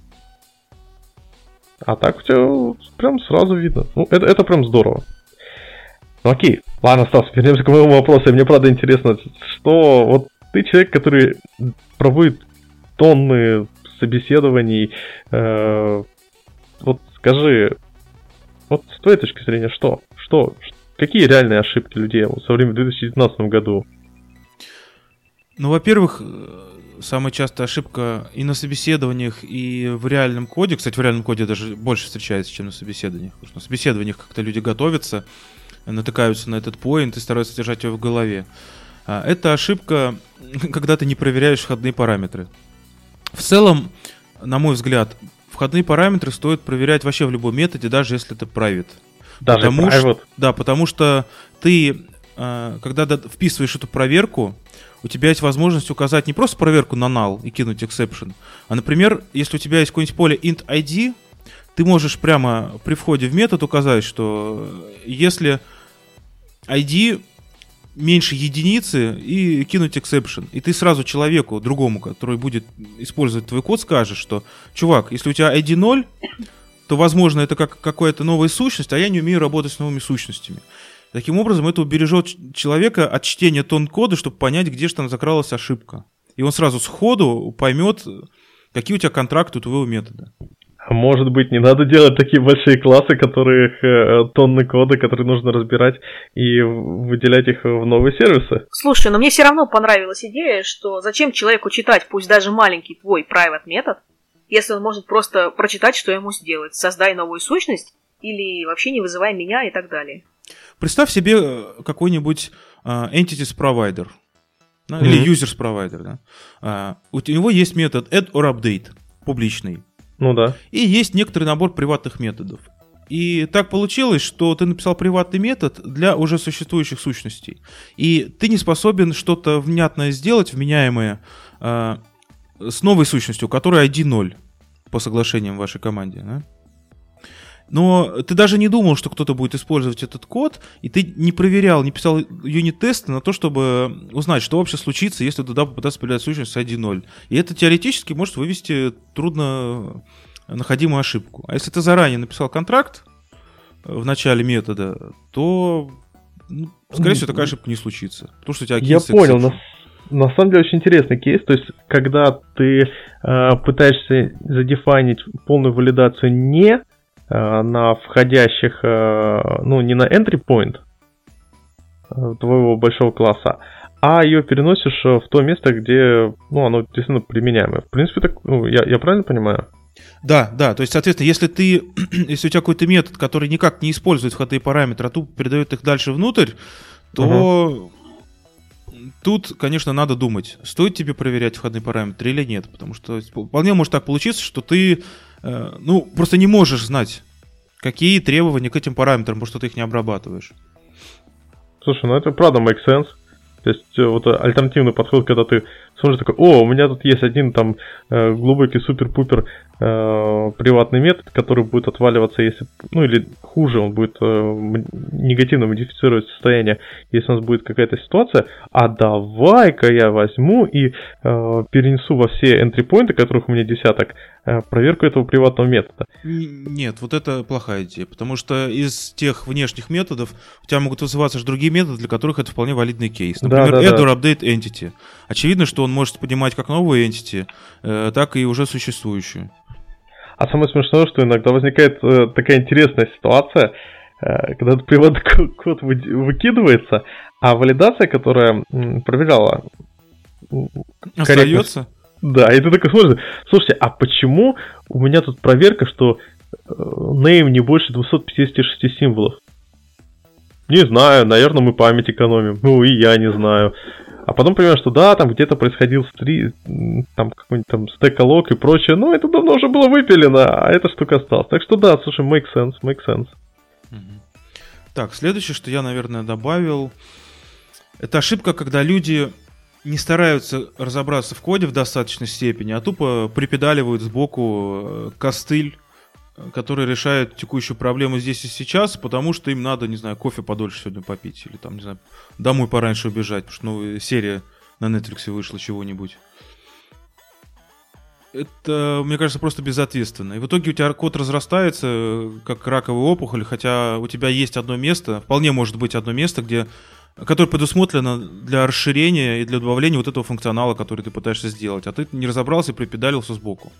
Speaker 2: А так у тебя прям сразу видно. Ну, это прям здорово. Ну окей, ладно, Стас, вернемся к моему вопросу. Мне правда интересно, что вот ты человек, который проводит тонны собеседований. Вот скажи, вот с твоей точки зрения, какие реальные ошибки людей со времени 2019 году?
Speaker 1: Ну, во-первых, самая частая ошибка и на собеседованиях, и в реальном коде, кстати, в реальном коде даже больше встречается, чем на собеседованиях, потому что на собеседованиях как-то люди готовятся, натыкаются на этот поинт и стараются держать его в голове. Это ошибка, когда ты не проверяешь входные параметры. В целом, на мой взгляд, входные параметры стоит проверять вообще в любом методе, даже если это private.
Speaker 2: Даже private?
Speaker 1: Да, потому что ты, когда вписываешь эту проверку, у тебя есть возможность указать не просто проверку на null и кинуть exception, а, например, если у тебя есть какое-нибудь поле int ID, ты можешь прямо при входе в метод указать, что если ID меньше единицы, и кинуть exception. И ты сразу человеку, другому, который будет использовать твой код, скажешь, что, чувак, если у тебя ID 0, то, возможно, это как какая-то новая сущность, а я не умею работать с новыми сущностями. Таким образом, это убережет человека от чтения тонн кода, чтобы понять, где же там закралась ошибка. И он сразу сходу поймет, какие у тебя контракты у твоего метода.
Speaker 2: Может быть, не надо делать такие большие классы, которых тонны кода, которые нужно разбирать и выделять их в новые сервисы?
Speaker 3: Слушай, но мне все равно понравилась идея, что зачем человеку читать, пусть даже маленький твой private метод, если он может просто прочитать, что ему сделать. Создай новую сущность или вообще не вызывай меня и так далее.
Speaker 1: Представь себе какой-нибудь entities provider, да, или users provider. Да. У него есть метод add or update, публичный.
Speaker 2: Ну да.
Speaker 1: И есть некоторый набор приватных методов. И так получилось, что ты написал приватный метод для уже существующих сущностей. И ты не способен что-то внятное сделать, вменяемое, с новой сущностью, у которой ID 0 по соглашениям в вашей команде. Да? Но ты даже не думал, что кто-то будет использовать этот код, и ты не проверял, не писал юнит-тесты на то, чтобы узнать, что вообще случится, если туда попытаться передать сущность с ID0. И это теоретически может вывести трудно находимую ошибку. А если ты заранее написал контракт в начале метода, то, скорее всего, такая ошибка не случится. Потому что у тебя
Speaker 2: Я понял. На самом деле очень интересный кейс. То есть, когда ты пытаешься задефайнить полную валидацию не на входящих, не на entry point твоего большого класса, а ее переносишь в то место, где, оно действительно применяемое. В принципе, так, я правильно понимаю?
Speaker 1: Да, то есть, соответственно, если у тебя какой-то метод, который никак не использует входные параметры, а тупо передает их дальше внутрь, то тут, конечно, надо думать, стоит тебе проверять входные параметры или нет, потому что вполне может так получиться, что ты просто не можешь знать, какие требования к этим параметрам, потому что ты их не обрабатываешь.
Speaker 2: Слушай, это правда make sense. То есть вот альтернативный подход, когда ты смотришь такой, у меня тут есть один там глубокий супер-пупер приватный метод, который будет отваливаться, если, или хуже, он будет негативно модифицировать состояние, если у нас будет какая-то ситуация, а давай-ка я возьму и перенесу во все entry-поинты, которых у меня десяток, проверку этого приватного метода.
Speaker 1: Нет, вот это плохая идея, потому что из тех внешних методов у тебя могут вызываться же другие методы, для которых это вполне валидный кейс. Например, add or update entity. Очевидно, что он может поднимать как новую entity, так и уже существующую.
Speaker 2: А самое смешное, что иногда возникает такая интересная ситуация, когда приватный код выкидывается, а валидация, которая проверяла...
Speaker 1: Остается?
Speaker 2: Да, и ты такой смотришь, слушайте, а почему у меня тут проверка, что name не больше 256 символов? Не знаю, наверное, мы память экономим. И я не знаю. А потом понимаю, что да, там где-то происходил там какой-нибудь там стек-алок и прочее, но это давно уже было выпилено, а эта штука осталась. Так что да, слушай, make sense.
Speaker 1: Так, следующее, что я, наверное, добавил, это ошибка, когда люди не стараются разобраться в коде в достаточной степени, а тупо припедаливают сбоку костыль, который решает текущую проблему здесь и сейчас, потому что им надо, не знаю, кофе подольше сегодня попить, или там, не знаю, домой пораньше убежать, потому что серия на Netflix вышла чего-нибудь. Это, мне кажется, просто безответственно. И в итоге у тебя код разрастается, как раковая опухоль, хотя у тебя есть одно место, вполне может быть одно место, которое предусмотрено для расширения и для добавления вот этого функционала, который ты пытаешься сделать, а ты не разобрался и припедалился сбоку.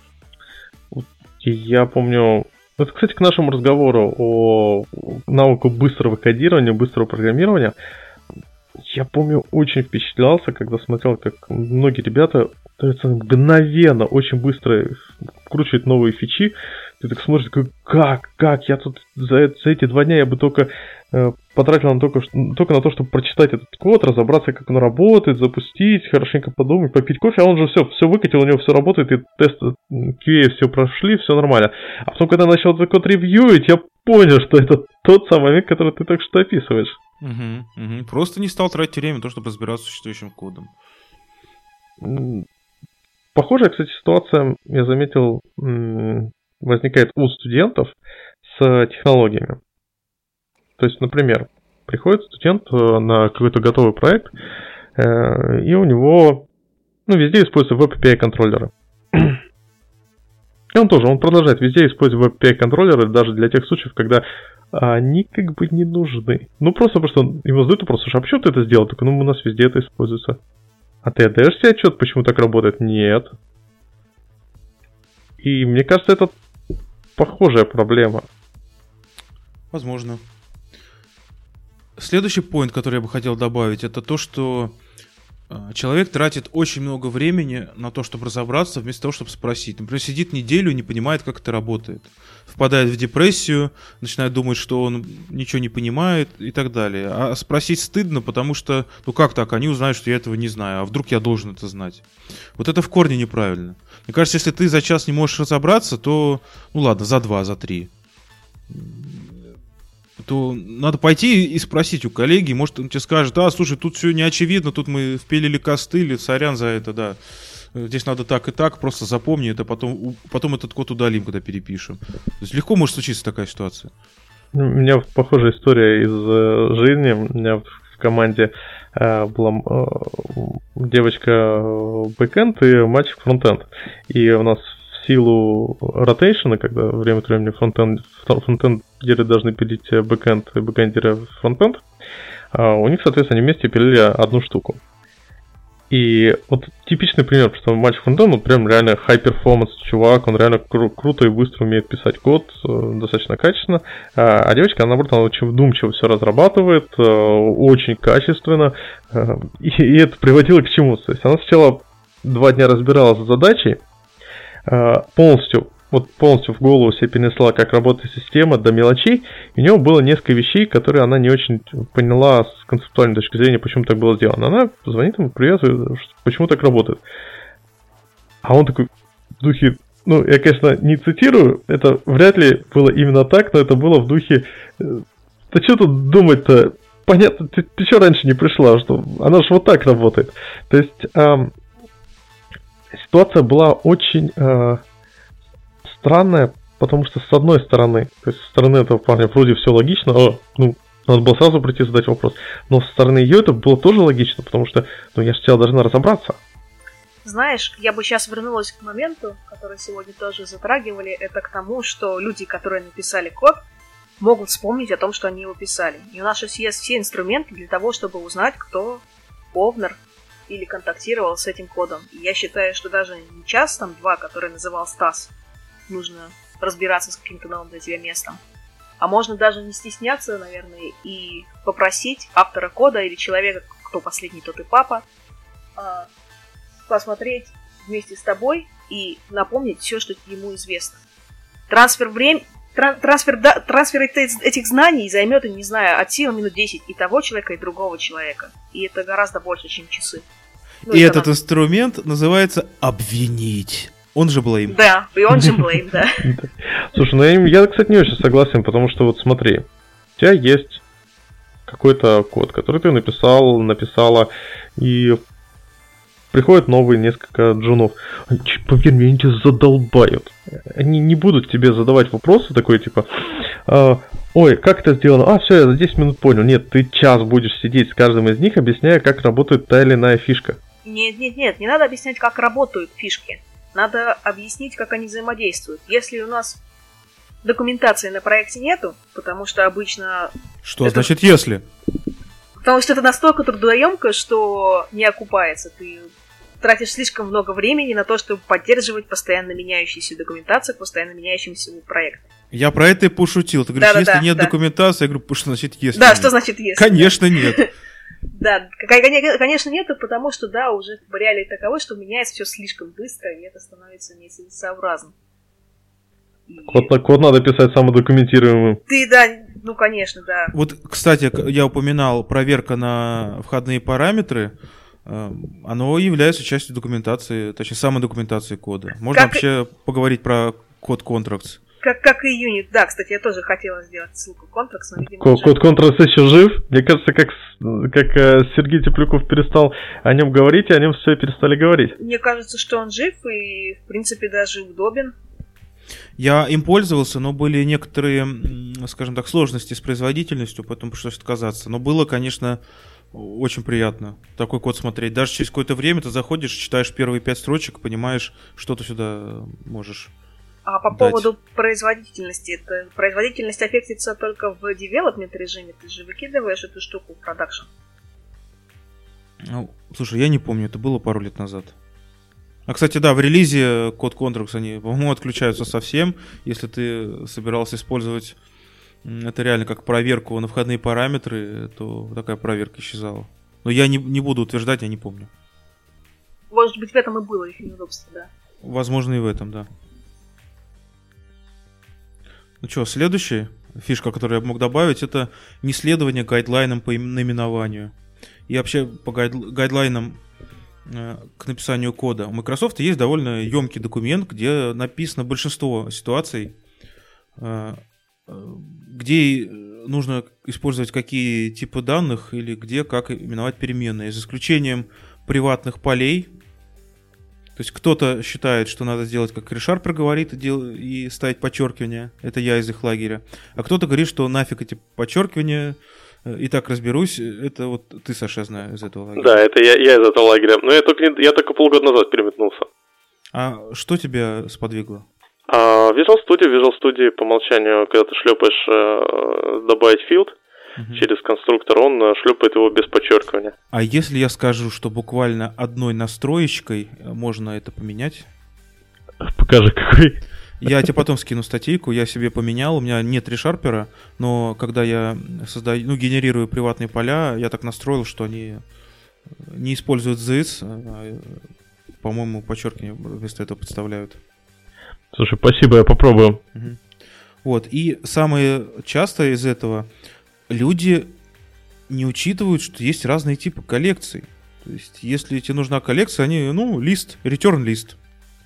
Speaker 2: Я помню, это, кстати, к нашему разговору о навыку быстрого кодирования, быстрого программирования, я помню, очень впечатлялся, когда смотрел, как многие ребята мгновенно, очень быстро вкручивают новые фичи. Ты так смотришь, как я тут за эти 2 дня я бы только потратил только на то, чтобы прочитать этот код, разобраться, как он работает, запустить, хорошенько подумать, попить кофе, а он же все выкатил, у него все работает, и тест QA все прошли, все нормально. А потом, когда я начал этот код ревьюить, я понял, что это тот самый момент, который ты только что описываешь.
Speaker 1: Просто не стал тратить время на то, чтобы разбираться с существующим кодом.
Speaker 2: Похожая, кстати, ситуация, я заметил, возникает у студентов с технологиями. То есть, например, приходит студент на какой-то готовый проект, и у него везде используются Web-API контроллеры. И он продолжает везде использовать Web-API контроллеры, даже для тех случаев, когда они как бы не нужны. Просто ему задают вопрос, а почему ты это сделал? Так, у нас везде это используется. А ты отдаешь себе отчет, почему так работает? Нет. И мне кажется, это похожая проблема.
Speaker 1: Возможно. Следующий поинт, который я бы хотел добавить, это то, что человек тратит очень много времени на то, чтобы разобраться, вместо того, чтобы спросить. Например, сидит неделю и не понимает, как это работает. Впадает в депрессию, начинает думать, что он ничего не понимает и так далее. А спросить стыдно, потому что, как так, они узнают, что я этого не знаю, а вдруг я должен это знать. Вот это в корне неправильно. Мне кажется, если ты за час не можешь разобраться, то, ладно, за 2, за 3. То надо пойти и спросить у коллеги, может он тебе скажет, слушай, тут все не очевидно, тут мы впилили костыль, сорян за это, да. здесь надо так и так, просто запомни это, потом этот код удалим, когда перепишем. То есть легко может случиться такая ситуация.
Speaker 2: У меня похожая история из жизни. У меня в команде была девочка бэкэнд и мальчик фронтенд. И у нас в силу ротейшена, когда время от времени фронтендеры должны пилить бэкэнд и бэкэндеры фронтенд, у них, соответственно, они вместе пилили одну штуку. И вот типичный пример, что мальчик фронтенд, он прям реально high-performance чувак, он реально круто и быстро умеет писать код, достаточно качественно, а девочка, она, наоборот, она очень вдумчиво все разрабатывает, очень качественно, и это приводило к чему? То есть она сначала 2 дня разбиралась с задачей, полностью в голову себе перенесла, как работает система, до мелочей, и у нее было несколько вещей, которые она не очень поняла с концептуальной точки зрения, почему так было сделано. Она звонит ему, привет, почему так работает. А он такой, в духе, я, конечно, не цитирую, это вряд ли было именно так, но это было в духе, да что тут думать-то, понятно, ты что раньше не пришла, что она же вот так работает. То есть ситуация была очень... странная, потому что с одной стороны, то есть со стороны этого парня вроде все логично, надо было сразу прийти задать вопрос, но со стороны ее это было тоже логично, потому что, я же сначала должна разобраться.
Speaker 3: Знаешь, я бы сейчас вернулась к моменту, который сегодня тоже затрагивали, это к тому, что люди, которые написали код, могут вспомнить о том, что они его писали. И у нас сейчас есть все инструменты для того, чтобы узнать, кто овнер или контактировал с этим кодом. И я считаю, что даже не час, 2, который называл Стас, нужно разбираться с каким-то новым для тебя местом. А можно даже не стесняться, наверное, и попросить автора кода или человека, кто последний, тот и папа, посмотреть вместе с тобой и напомнить все, что ему известно. Трансфер этих знаний займет, не знаю, от силы минут 10 и того человека, и другого человека. И это гораздо больше, чем часы.
Speaker 1: И этот инструмент называется «обвинить». Он же blame.
Speaker 3: Да, и он же blame, да.
Speaker 2: Слушай, я, кстати, не очень согласен, потому что вот смотри, у тебя есть какой-то код, который ты написала, и приходят новые несколько джунов. Поверь мне, они тебя задолбают. Они не будут тебе задавать вопросы такой, типа, ой, как это сделано? Все, я за 10 минут понял. Нет, ты час будешь сидеть с каждым из них, объясняя, как работает та или иная фишка.
Speaker 3: Нет, не надо объяснять, как работают фишки. Надо объяснить, как они взаимодействуют. Если у нас документации на проекте нету, потому что обычно...
Speaker 1: Что значит «если»?
Speaker 3: Потому что это настолько трудоемко, что не окупается. Ты тратишь слишком много времени на то, чтобы поддерживать постоянно меняющуюся документацию к постоянно меняющимся проектам.
Speaker 1: Я про это и пошутил. Ты говоришь, если нет документации, я говорю, что значит «если»?
Speaker 3: Да, что значит «если»?
Speaker 1: Конечно, нет.
Speaker 3: Да, конечно, нету, потому что, да, уже реалии таковы, что меняется все слишком быстро, и это становится нецелесообразно.
Speaker 2: Код надо писать самодокументируемым.
Speaker 3: Конечно, да.
Speaker 1: Вот, кстати, я упоминал проверка на входные параметры. Оно является частью документации, точнее, самодокументации кода. Можно вообще поговорить про код Contracts.
Speaker 3: Как и юнит. Да, кстати, я тоже хотела сделать ссылку Contracts, но, видимо,
Speaker 2: код Contracts еще жив. Мне кажется, как Сергей Теплюков перестал о нем говорить, и о нем все перестали говорить.
Speaker 3: Мне кажется, что он жив и, в принципе, даже удобен.
Speaker 1: Я им пользовался, но были некоторые, скажем так, сложности с производительностью, поэтому пришлось отказаться. Но было, конечно, очень приятно такой код смотреть. Даже через какое-то время ты заходишь, читаешь первые 5 строчек, понимаешь, что ты сюда можешь.
Speaker 3: А по поводу производительности, это производительность аффектится только в development режиме, ты же выкидываешь эту штуку в продакшн.
Speaker 1: Слушай, я не помню, это было пару лет назад. А, кстати, да, в релизе код Contracts, они, по-моему, отключаются совсем. Если ты собирался использовать это реально как проверку на входные параметры, то такая проверка исчезала. Но я не буду утверждать, я не помню.
Speaker 3: Может быть, в этом и было их неудобство, да.
Speaker 1: Возможно, и в этом, да. Ну что, следующая фишка, которую я мог добавить, это неследование гайдлайнам по наименованию. И вообще по гайдлайнам к написанию кода. У Microsoft есть довольно емкий документ, где написано большинство ситуаций, где нужно использовать какие типы данных или где как именовать переменные. За исключением приватных полей, То есть кто-то считает, что надо сделать, как ReSharper говорит, и ставить подчеркивания. Это я из их лагеря. А кто-то говорит, что нафиг эти подчеркивания, и так разберусь. Это вот ты, Саша, я знаю, из этого лагеря.
Speaker 2: Да, это я из этого лагеря. Но я только полгода назад переметнулся.
Speaker 1: А что тебя сподвигло?
Speaker 2: Visual Studio по умолчанию, когда ты шлепаешь добавить field через конструктор, он шлепает его без подчеркивания.
Speaker 1: А если я скажу, что буквально одной настроечкой можно это поменять?
Speaker 2: Покажи, какой.
Speaker 1: Я тебе потом скину статейку, я себе поменял, у меня нет ReSharper, но когда я генерирую приватные поля, я так настроил, что они не используют this, по-моему, подчеркивание вместо этого подставляют.
Speaker 2: Слушай, спасибо, я попробую.
Speaker 1: Вот, и самое частое из этого люди не учитывают, что есть разные типы коллекций. То есть, если тебе нужна коллекция, они, лист, return list.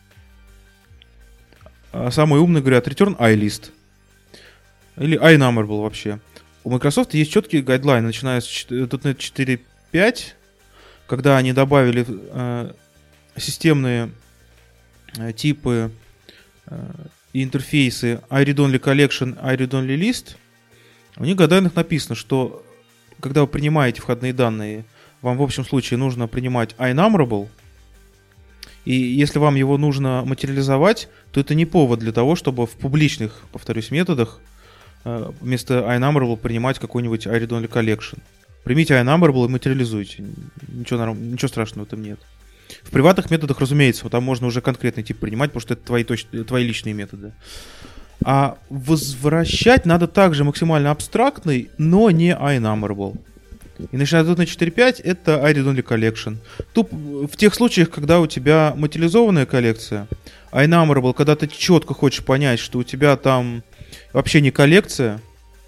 Speaker 1: А самые умные говорят return iList. Или iNumberable вообще. У Microsoft есть четкие гайдлайны, начиная с .NET 4.5, когда они добавили системные типы и интерфейсы iRead-Only Collection, iRead-Only List. У них в гайдлайнах написано, что когда вы принимаете входные данные, вам в общем случае нужно принимать iNumberable, и если вам его нужно материализовать, то это не повод для того, чтобы в публичных, повторюсь, методах вместо iNumberable принимать какой-нибудь iRead-Only Collection. Примите iNumberable и материализуйте. Ничего страшного в этом нет. В приватных методах, разумеется, там можно уже конкретный тип принимать, потому что это твои личные методы. А возвращать надо также максимально абстрактный, но не iNumberable. И начиная с .NET 4.5 это iRead-Only Collection. Тут в тех случаях, когда у тебя материализованная коллекция, iNumberable, когда ты четко хочешь понять, что у тебя там вообще не коллекция,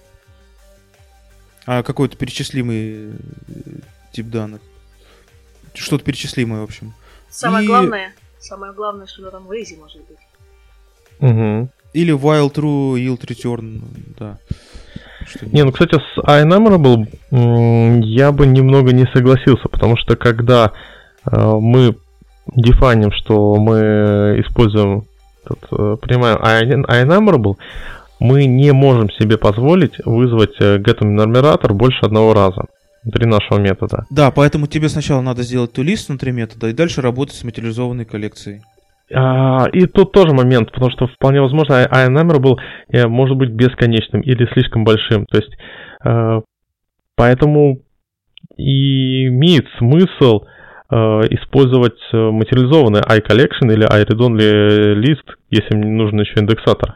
Speaker 1: а какой-то перечислимый тип данных. Что-то перечислимое, в общем.
Speaker 3: Самое главное, что там lazy может быть.
Speaker 2: Угу.
Speaker 1: Или while true, yield return, да.
Speaker 2: Кстати, с iNumberable я бы немного не согласился, потому что когда мы дефайним, что мы используем, принимаем iNumberable, мы не можем себе позволить вызвать getNumerator больше одного раза внутри нашего метода.
Speaker 1: Да, поэтому тебе сначала надо сделать toList внутри метода и дальше работать с материализованной коллекцией.
Speaker 2: И тут тоже момент, потому что вполне возможно iNumberable может быть бесконечным или слишком большим. То есть, поэтому и имеет смысл использовать материализованный iCollection или iRead-Only List, если мне нужен еще индексатор.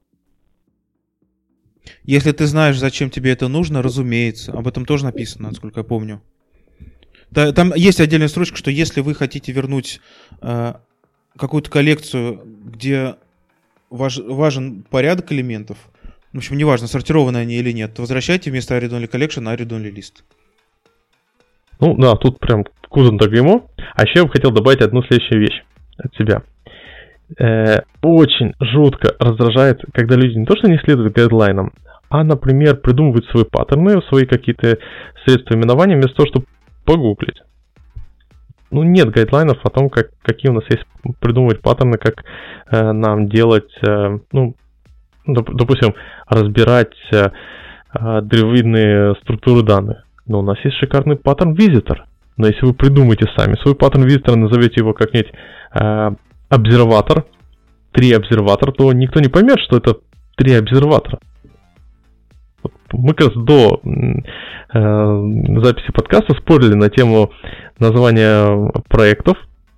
Speaker 1: Если ты знаешь, зачем тебе это нужно, разумеется. Об этом тоже написано, насколько я помню. Там есть отдельная строчка, что если вы хотите вернуть какую-то коллекцию, где важен порядок элементов, в общем, неважно, сортированы они или нет, то возвращайте вместо iRead-Only Collection iRead-Only List.
Speaker 2: Да, тут прям кузов так ему. А еще я бы хотел добавить одну следующую вещь от себя. Очень жутко раздражает, когда люди не то что не следуют гайдлайнам, а, например, придумывают свои паттерны, свои какие-то средства именования, вместо того, чтобы погуглить. Нет гайдлайнов о том, какие у нас есть придумывать паттерны, как нам делать, допустим, разбирать древовидные структуры данных. Но у нас есть шикарный паттерн visitor. Но если вы придумаете сами свой паттерн visitor, назовете его как-нибудь обсерватор, 3 обсерватора, то никто не поймет, что это 3 обсерватора. Мы как раз до записи подкаста спорили на тему названия проектов.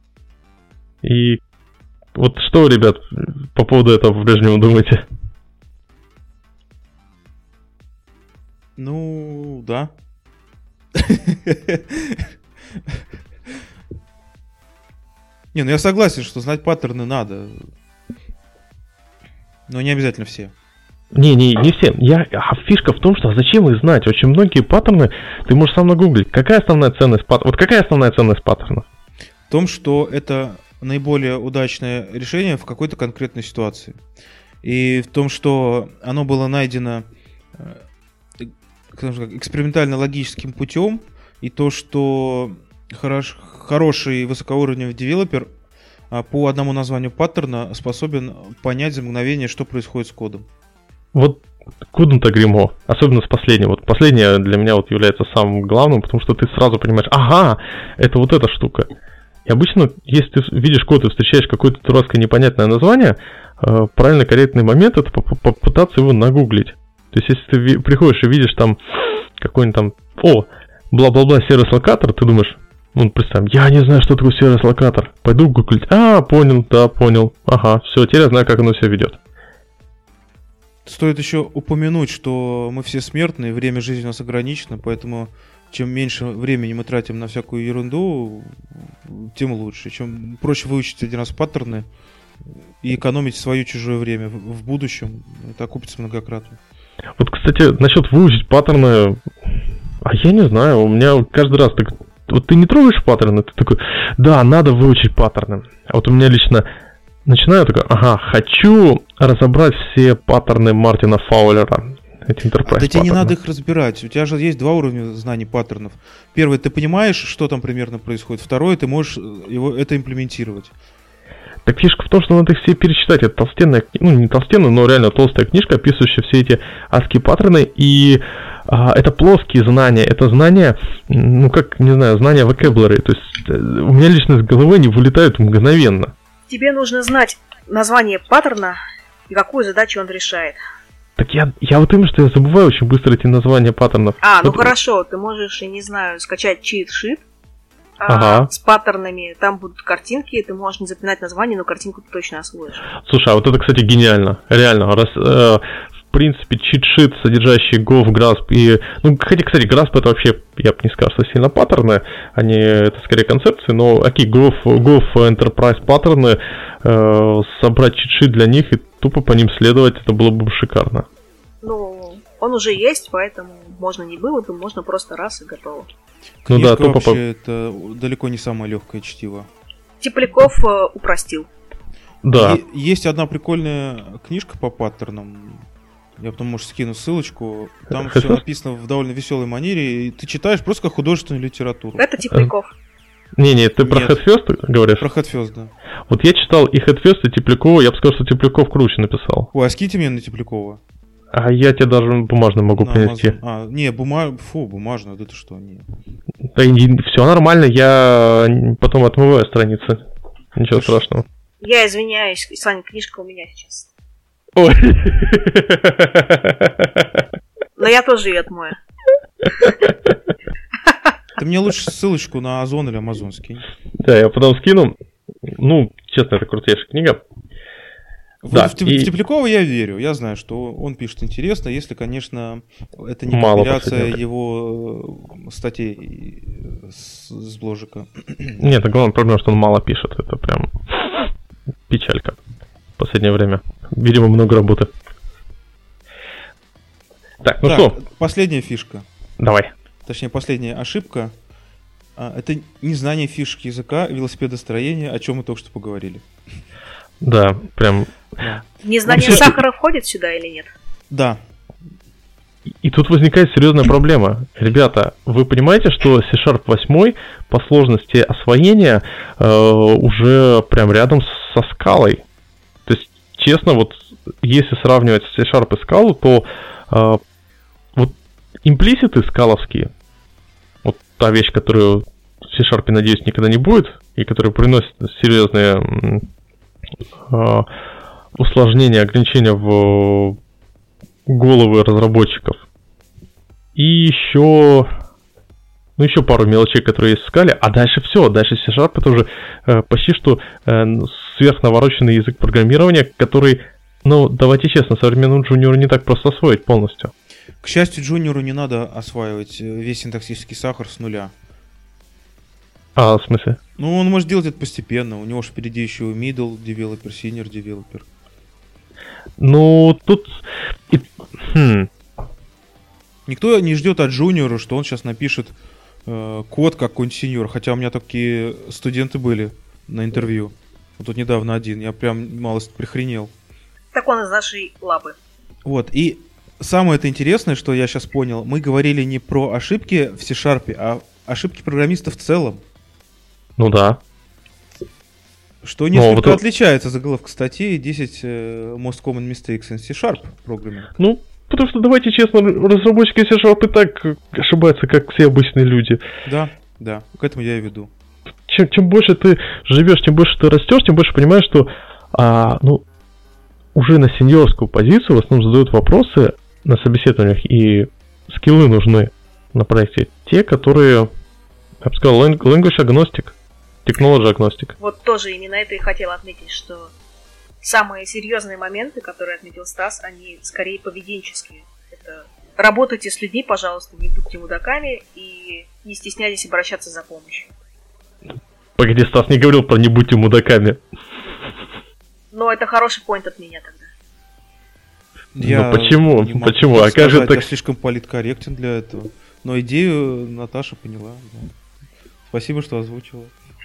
Speaker 2: И вот что, ребят, по поводу этого по-прежнему думаете?
Speaker 1: Да. Я согласен, что знать паттерны надо. Но не обязательно все.
Speaker 2: Не все. Фишка в том, что зачем их знать? Очень многие паттерны ты можешь сам нагуглить. Какая основная ценность паттерна? Вот какая основная ценность паттерна?
Speaker 1: В том, что это наиболее удачное решение в какой-то конкретной ситуации. И в том, что оно было найдено экспериментально-логическим путем, и то, что хороший высокоуровневый девелопер по одному названию паттерна способен понять за мгновение, что происходит с кодом.
Speaker 2: Вот кодом-то гримо, особенно с последним. Вот последнее для меня вот является самым главным, потому что ты сразу понимаешь, ага, это вот эта штука. И обычно, если ты видишь код и встречаешь какое-то дурацкое непонятное название, правильный корректный момент это попытаться его нагуглить. То есть, если ты приходишь и видишь там какой-нибудь там, бла-бла-бла, сервис-локатор, ты думаешь, представь, я не знаю, что такое сервис-локатор. Пойду гуглить. Понял. Ага, все, теперь я знаю, как оно себя ведет.
Speaker 1: Стоит еще упомянуть, что мы все смертные, время жизни у нас ограничено, поэтому чем меньше времени мы тратим на всякую ерунду, тем лучше. Чем проще выучить один раз паттерны и экономить свое чужое время в будущем, это окупится многократно.
Speaker 2: Вот, кстати, насчет выучить паттерны, я не знаю, у меня каждый раз так... Вот ты не трогаешь паттерны, ты такой, да, надо выучить паттерны. А вот у меня лично начинаю такой, хочу разобрать все паттерны Мартина Фаулера. Эти enterprise
Speaker 1: да тебе не надо их разбирать. У тебя же есть два уровня знаний паттернов. Первый, ты понимаешь, что там примерно происходит. Второй, ты можешь это имплементировать.
Speaker 2: Так фишка в том, что надо их все перечитать. Это толстенная, не толстенная, но реально толстая книжка, описывающая все эти адские паттерны. И это плоские знания. Это знания, знания vocabulary. То есть у меня лично из головы они вылетают мгновенно.
Speaker 3: Тебе нужно знать название паттерна и какую задачу он решает.
Speaker 2: Так я вот именно, что я забываю очень быстро эти названия паттернов.
Speaker 3: Хорошо, ты можешь, скачать чит-шит с паттернами, там будут картинки, ты можешь не запоминать название, но картинку ты точно освоишь.
Speaker 2: Слушай, а вот это, кстати, гениально, реально, в принципе, чит-шит, содержащий Go, Grasp и... хотя, кстати, Grasp это вообще, я бы не сказал, что сильно паттерны, это скорее концепции, но Go Enterprise паттерны, собрать чит-шит для них и тупо по ним следовать, это было бы шикарно.
Speaker 3: Он уже есть, поэтому можно не было бы, можно просто раз и готово.
Speaker 1: Книжка вообще это далеко не самое легкое чтиво.
Speaker 3: Тепляков упростил.
Speaker 2: Да.
Speaker 1: Есть одна прикольная книжка по паттернам. Я потом, может, скину ссылочку. Там все написано в довольно веселой манере. И ты читаешь просто как художественную литературу.
Speaker 3: Это Тепляков.
Speaker 2: Не, ты про Headfirst говоришь?
Speaker 1: Про Headfirst, да.
Speaker 2: Вот я читал и Headfirst, и Теплякова. Я бы сказал, что Тепляков круче написал.
Speaker 1: А скиньте мне на Теплякова.
Speaker 2: А я тебе даже бумажно могу принести.
Speaker 1: Бумажно, да ты что, не.
Speaker 2: Да все нормально, я потом отмываю страницы. Ничего страшного.
Speaker 3: Я извиняюсь, Саня, книжка у меня сейчас.
Speaker 2: Ой.
Speaker 3: Но я тоже ее отмою.
Speaker 1: Ты мне лучше ссылочку на Озон или Амазон скинь.
Speaker 2: Да, я потом скину. Честно, это крутейшая книга.
Speaker 1: В Теплякова я верю. Я знаю, что он пишет интересно, если, конечно, это не компиляция его статей с бложика.
Speaker 2: Нет, главная проблема, что он мало пишет. Это прям печалька в последнее время. Видимо, много работы. Так, что?
Speaker 1: Последняя фишка.
Speaker 2: Давай.
Speaker 1: Точнее, последняя ошибка. Это незнание фишек языка велосипедостроения, о чем мы только что поговорили.
Speaker 2: Да, прям...
Speaker 3: Незнание сахара входит сюда или нет?
Speaker 1: Да.
Speaker 2: И тут возникает серьезная проблема. Ребята, вы понимаете, что C# 8 по сложности освоения уже прям рядом со скалой. То есть, честно, вот если сравнивать C# и скалу, то вот имплиситы скаловские, вот та вещь, которую в C#, надеюсь, никогда не будет, и которая приносит серьезные усложнения, ограничения в головы разработчиков. И еще пару мелочей, которые есть в скале, а дальше все. Дальше C# это уже почти что сверхнавороченный язык программирования, который, давайте честно, современному джуниору не так просто освоить полностью.
Speaker 1: К счастью, джуниору не надо осваивать весь синтаксический сахар с нуля.
Speaker 2: В смысле?
Speaker 1: Он может делать это постепенно. У него же впереди еще middle developer, senior developer.
Speaker 2: Тут...
Speaker 1: Никто не ждет от джуниора, что он сейчас напишет код как какой-нибудь сеньор. Хотя у меня такие студенты были на интервью. Вот тут недавно один. Я прям малость прихренел.
Speaker 3: Так он из нашей лапы.
Speaker 1: Вот. И самое это интересное, что я сейчас понял. Мы говорили не про ошибки в C#, а ошибки программистов в целом.
Speaker 2: Да.
Speaker 1: Что несколько отличается заголовка статьи 10 Most Common Mistakes in C-Sharp Programming.
Speaker 2: Ну, потому что, давайте честно, разработчики C-Sharp и так ошибаются, как все обычные люди.
Speaker 1: Да, к этому я и веду.
Speaker 2: Чем больше ты живешь, чем больше ты растешь, тем больше понимаешь, что уже на сеньорскую позицию в основном задают вопросы на собеседованиях, и скиллы нужны на проекте. Те, которые, я бы сказал, language agnostic, technology agnostic.
Speaker 3: Вот тоже именно это и хотела отметить, что самые серьезные моменты, которые отметил Стас, они скорее поведенческие. Это работайте с людьми, пожалуйста, не будьте мудаками и не стесняйтесь обращаться за помощью.
Speaker 2: Погоди, Стас не говорил про «не будьте мудаками».
Speaker 3: Но это хороший поинт от меня тогда.
Speaker 2: Ну почему? Почему?
Speaker 1: А как же так? Я слишком политкорректен для этого. Но идею Наташа поняла. Да. Спасибо, что озвучила.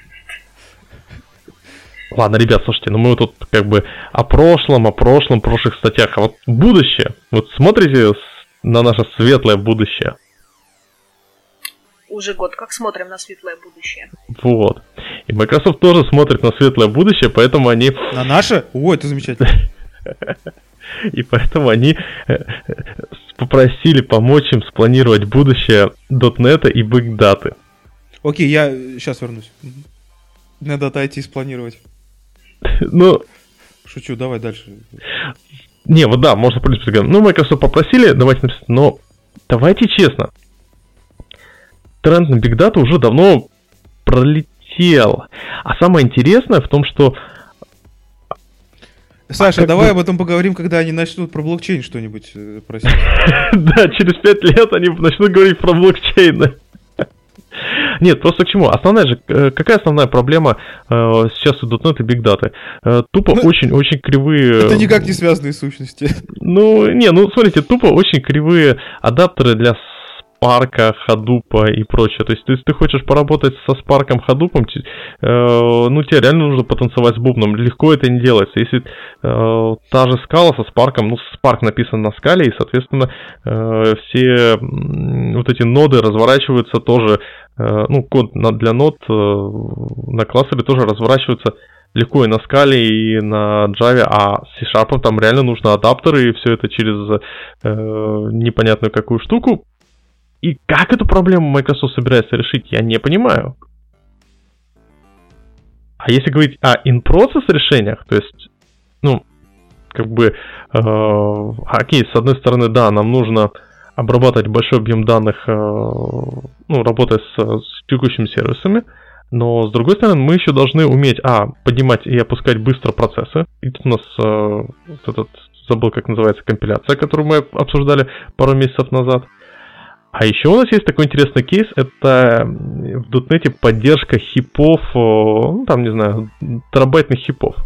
Speaker 2: Ладно, ребят, слушайте, ну мы тут как бы о прошлых статьях. А вот будущее. Вот смотрите на наше светлое будущее.
Speaker 3: Уже год как смотрим на светлое будущее.
Speaker 2: Вот. И Microsoft тоже смотрит на светлое будущее, поэтому они...
Speaker 1: На наше? Ой, это замечательно.
Speaker 2: И поэтому они попросили помочь им спланировать будущее .NET и Big Data.
Speaker 1: Окей, я сейчас вернусь. Надо отойти и спланировать.
Speaker 2: Ну...
Speaker 1: Шучу, давай дальше.
Speaker 2: Не, вот да, можно в принципе сказать. Ну, Microsoft попросили, давайте написать, но давайте честно. Тренд на Big Data уже давно пролетел. А самое интересное в том, что...
Speaker 1: Саша, давай об этом поговорим, когда они начнут про блокчейн что-нибудь просить.
Speaker 2: Да, через 5 лет они начнут говорить про блокчейн. Нет, просто к чему? Какая основная проблема сейчас у .NET и Big Data? Тупо очень-очень кривые...
Speaker 1: Это никак не связанные сущности.
Speaker 2: Ну, смотрите, тупо очень кривые адаптеры для Spark, Hadoop и прочее. То есть, если ты хочешь поработать со Spark, Hadoop, тебе реально нужно потанцевать с бубном. Легко это не делается. Если та же скала со Spark, Spark написан на скале, и, соответственно, все вот эти ноды разворачиваются тоже, код для нод на кластере тоже разворачивается легко и на скале, и на Java, а с C# там реально нужны адаптеры, и все это через непонятную какую штуку. И как эту проблему Microsoft собирается решить, я не понимаю. А если говорить о in-process решениях, то есть, окей, с одной стороны, да, нам нужно обрабатывать большой объем данных, работая с текущими сервисами, но с другой стороны, мы еще должны уметь, поднимать и опускать быстро процессы. И тут у нас забыл, как называется, компиляция, которую мы обсуждали пару месяцев назад. А еще у нас есть такой интересный кейс, это в .NET поддержка хипов, терабайтных хипов.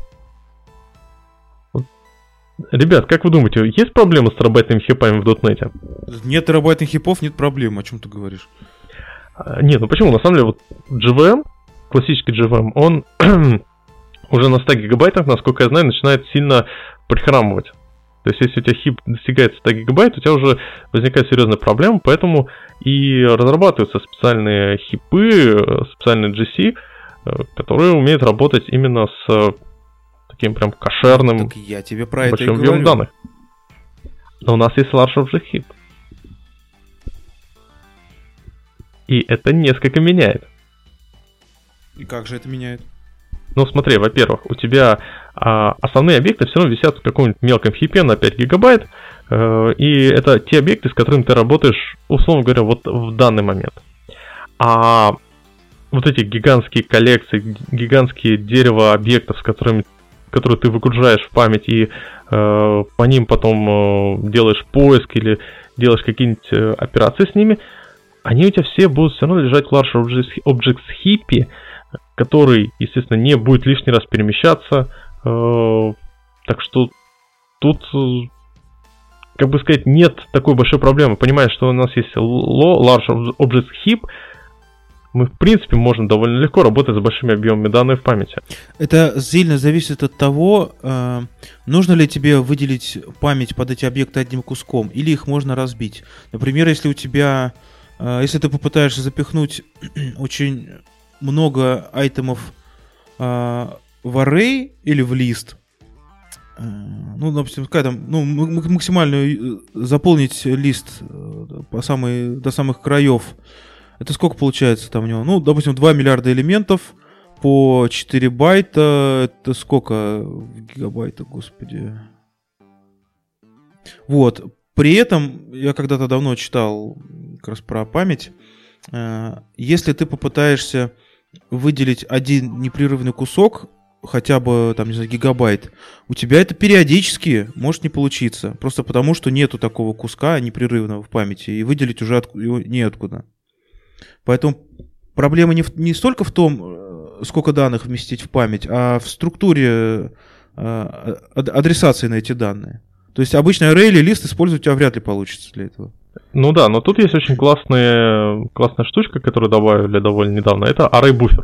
Speaker 2: Ребят, как вы думаете, есть проблемы с терабайтными хипами в .NET?
Speaker 1: Нет терабайтных хипов, нет проблем, о чем ты говоришь?
Speaker 2: Нет, почему? На самом деле, JVM, классический JVM, он уже на 100 гигабайтах, насколько я знаю, начинает сильно прихрамывать. То есть, если у тебя хип достигает 100 гигабайт, у тебя уже возникает серьезная проблема, поэтому и разрабатываются специальные хипы, специальные GC, которые умеют работать именно с таким прям кошерным
Speaker 1: так я тебе про это
Speaker 2: большим объемом данных. Но у нас есть Large Object Heap. И это несколько меняет.
Speaker 1: И как же это меняет?
Speaker 2: Смотри, во-первых, у тебя основные объекты все равно висят в каком-нибудь мелком хипе на 5 гигабайт, и это те объекты, с которыми ты работаешь, условно говоря, вот в данный момент. А вот эти гигантские коллекции, гигантские дерево объектов, которые ты выгружаешь в память и по ним потом делаешь поиск или делаешь какие-нибудь операции с ними, они у тебя все будут все равно лежать в Large Objects Heap, который, естественно, не будет лишний раз перемещаться. Так что тут, как бы сказать, нет такой большой проблемы. Понимаешь, что у нас есть Large Objects Heap, мы, в принципе, можем довольно легко работать с большими объемами данных в памяти.
Speaker 1: Это сильно зависит от того, нужно ли тебе выделить память под эти объекты одним куском, или их можно разбить. Например, если ты попытаешься запихнуть очень много айтемов в array или в list, ну, допустим, какая там, ну, максимальную заполнить лист до самых краев, это сколько получается там у него? Ну, допустим, 2 миллиарда элементов по 4 байта, это сколько в гигабайтах, господи? Вот. При этом, я когда-то давно читал как раз про память, если ты попытаешься выделить один непрерывный кусок, хотя бы, там, не знаю, гигабайт, у тебя это периодически может не получиться. Просто потому, что нету такого куска непрерывного в памяти, и выделить уже его неоткуда. Поэтому проблема не столько в том, сколько данных вместить в память, а в структуре адресации на эти данные. То есть обычно array или лист использовать у тебя вряд ли получится для этого.
Speaker 2: Ну да, но тут есть очень классная штучка, которую добавили довольно недавно. Это array buffer.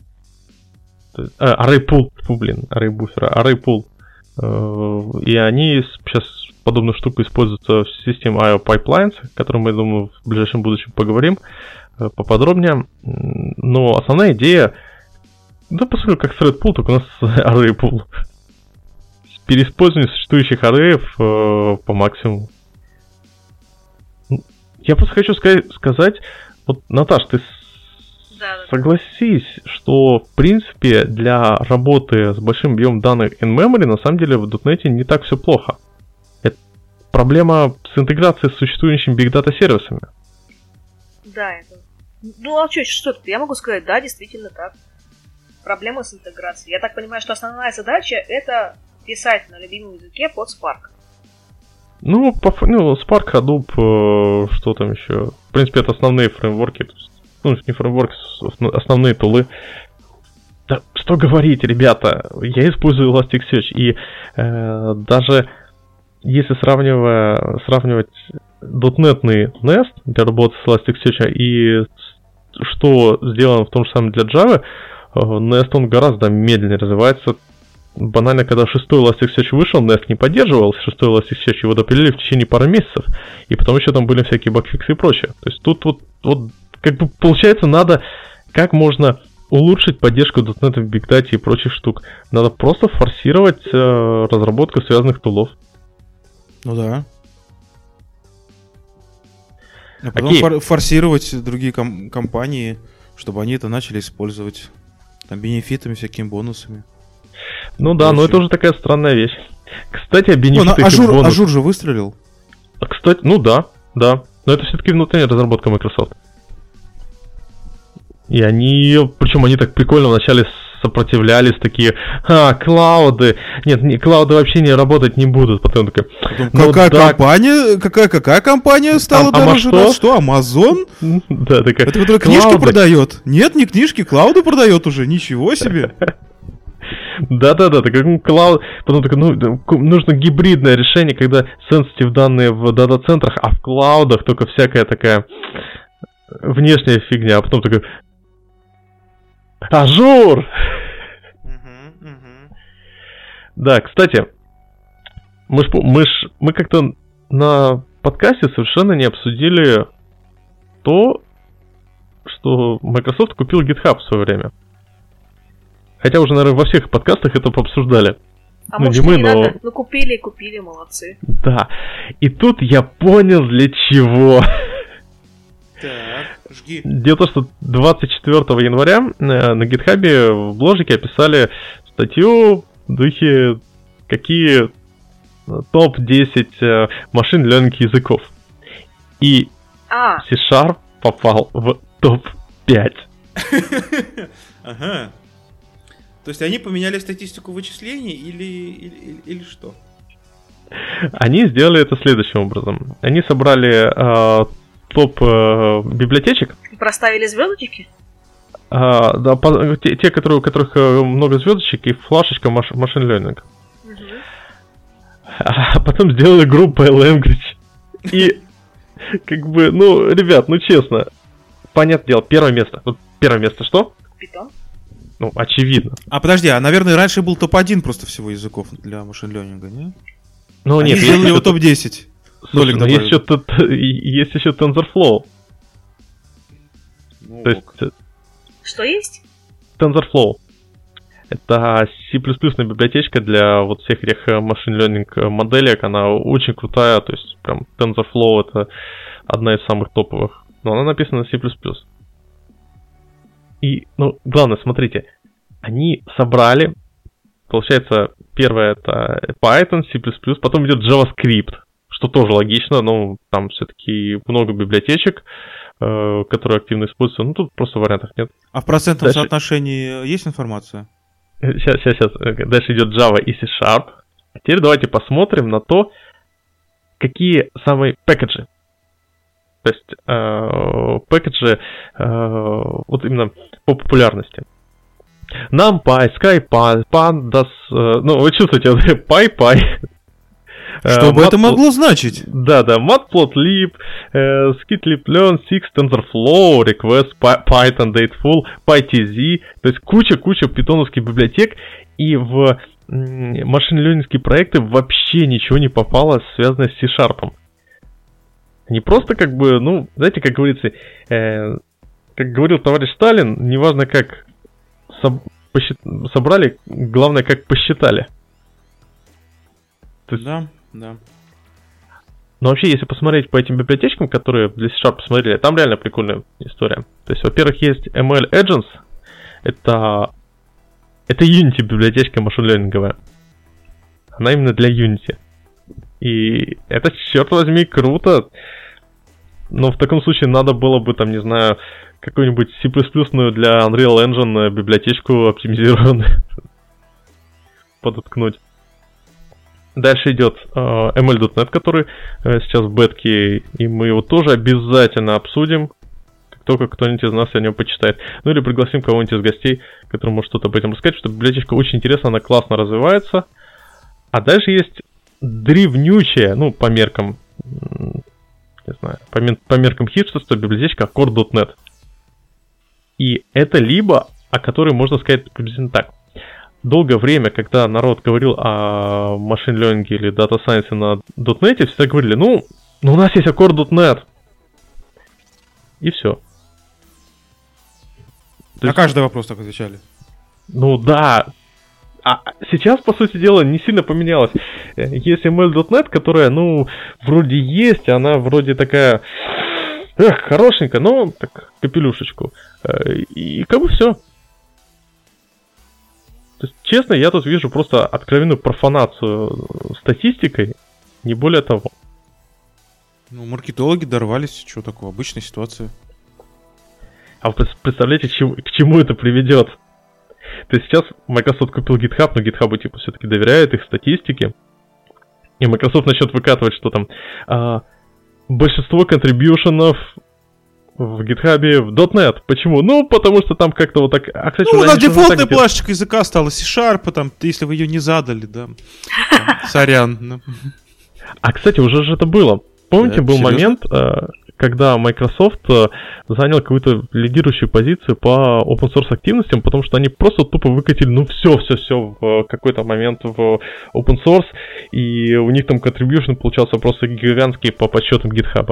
Speaker 2: Array pool, array buffer, array pool. И они сейчас подобную штуку используются в системе IO Pipelines, о которой мы, думаю, в ближайшем будущем поговорим поподробнее. Но основная идея, да, по сути, как thread pool, только у нас array pool. Переиспользование существующих арреев по максимуму. Я просто хочу сказать, вот, Наташ, ты согласись, что, в принципе, для работы с большим объемом данных in-memory, на самом деле, в .NET не так все плохо. Это проблема с интеграцией с существующими Big Data сервисами.
Speaker 3: Да, это... Ну, а что тут? Я могу сказать, да, действительно так. Проблема с интеграцией. Я так понимаю, что основная задача — это писать на любимом языке под Spark.
Speaker 2: Ну, Spark, Hadoop, что там еще? В принципе, это основные фреймворки. Ну, не фреймворки, основные тулы. Да, что говорить, ребята, я использую Elasticsearch, и даже если сравнивать .NET-ный Nest для работы с Elasticsearch и что сделано в том же самом для Java, Nest, он гораздо медленнее развивается. Банально, когда 6-й Elasticsearch вышел, Nest не поддерживал 6-й Elasticsearch, его допилили в течение пары месяцев, и потом еще там были всякие багфиксы и прочее. То есть тут вот как бы получается надо, как можно улучшить поддержку .NET в Big Data и прочих штук. Надо просто форсировать разработку связанных тулов.
Speaker 1: Ну да. А потом форсировать другие компании, чтобы они это начали использовать. Там бенефитами, всякими бонусами.
Speaker 2: Ну да, но это уже такая странная вещь. Кстати, о бенефитах и бонусах.
Speaker 1: Ажур же выстрелил.
Speaker 2: Кстати, ну да. Но это все-таки внутренняя разработка Microsoft. И причем они так прикольно вначале сопротивлялись, такие, клауды. Нет, клауды вообще не работать не будут. Потом такая,
Speaker 1: какая компания стала дороже? Что, Amazon?
Speaker 2: Да, такая.
Speaker 1: Это который книжки продает? Нет, не книжки, клауды продает уже, ничего себе.
Speaker 2: Да, так клауд. Потом такое, нужно гибридное решение, когда sensitive данные в дата-центрах, а в клаудах только всякая такая внешняя фигня, а потом такой Ажур! Да, кстати, мы как-то на подкасте совершенно не обсудили то, что Microsoft купил GitHub в свое время. Хотя уже, наверное, во всех подкастах это пообсуждали.
Speaker 3: А может, не надо? Ну, купили, молодцы.
Speaker 2: Да. И тут я понял, для чего.
Speaker 1: Так, жги.
Speaker 2: Дело в том, что 24 января на GitHub в бложике описали статью в духе какие топ-10 машин learning языков. И C# попал в топ-5.
Speaker 1: Ага. То есть они поменяли статистику вычислений или что?
Speaker 2: Они сделали это следующим образом. Они собрали топ библиотечек.
Speaker 3: И проставили звездочки?
Speaker 2: Да, те, у которых много звездочек и флашечка машин learning. А потом сделали группу language. И как бы, ребят, честно, понятное дело, первое место что?
Speaker 3: Питон.
Speaker 2: Очевидно.
Speaker 1: Подожди, наверное, раньше был топ-1 просто всего языков для машин-лернинга, не?
Speaker 2: Нет,
Speaker 1: они сделали его топ-10.
Speaker 2: Слушай, есть еще TensorFlow. То есть...
Speaker 3: Что есть?
Speaker 2: TensorFlow. Это C++ библиотечка для вот всех этих machine learning моделек. Она очень крутая, то есть прям TensorFlow — это одна из самых топовых. Но она написана на C++. И, главное, смотрите, они собрали, получается, первое это Python, C++, потом идет JavaScript, что тоже логично, но там все-таки много библиотечек, которые активно используются. Тут просто вариантов нет.
Speaker 1: А в процентном соотношении есть информация?
Speaker 2: Сейчас. Дальше идет Java и C#. А теперь давайте посмотрим на то, какие самые пэкэджи. То есть пэкэджи вот именно по популярности. NumPy, SkyPy, Pandas, вы чувствуете, PyPy.
Speaker 1: Что бы это могло значить?
Speaker 2: Да, Matplotlib, Skitlearn, Six, TensorFlow, Request, Python, Dateful, PyTZ. То есть куча питоновских библиотек. И в машин-лернингские проекты вообще ничего не попало, связанное с C#. Не просто знаете, как говорится, как говорил товарищ Сталин, неважно как собрали, главное как посчитали.
Speaker 1: То есть, да.
Speaker 2: Но вообще, если посмотреть по этим библиотечкам, которые для C# посмотрели, там реально прикольная история. То есть, во-первых, есть ML Agents, это Unity библиотечка машин-лернинговая. Она именно для Unity. И это, черт возьми, круто. Но в таком случае надо было бы, не знаю, какую-нибудь C++ для Unreal Engine библиотечку оптимизированную подоткнуть. Дальше идет ML.NET, который сейчас в бетке, и мы его тоже обязательно обсудим, как только кто-нибудь из нас о нем почитает. Или пригласим кого-нибудь из гостей, который может что-то об этом рассказать, что библиотечка очень интересна, она классно развивается. А дальше есть древнючая, по меркам, не знаю, по меркам хипстерства библиотечка Core.NET. И это либо, о которой можно сказать приблизительно так. Долгое время, когда народ говорил о машин-лернинге или дата-сайенсе на .NET, всегда говорили, у нас есть Core.NET. И все.
Speaker 1: На каждый вопрос так отвечали.
Speaker 2: Да. А сейчас, по сути дела, не сильно поменялось. Есть ML.NET, которая, вроде есть, она вроде такая, хорошенькая, но так, капелюшечку. И как бы все. То есть, честно, я тут вижу просто откровенную профанацию статистикой, не более того.
Speaker 1: Маркетологи дорвались, что такое, обычная ситуация.
Speaker 2: А вы представляете, к чему это приведет? То есть сейчас Microsoft купил GitHub, но GitHub все-таки доверяет их статистике. И Microsoft начнет выкатывать, что там большинство контрибьюшенов в GitHub в .NET. Почему? Потому что там как-то вот так... кстати,
Speaker 1: у нас дефолтная плашечка языка стала C#, если вы ее не задали, да. Сорян.
Speaker 2: Кстати, уже же это было. Помните, был момент, когда Microsoft занял какую-то лидирующую позицию по open source активностям, потому что они просто тупо выкатили, все в какой-то момент в open source, и у них там contribution получался просто гигантский по подсчетам GitHub.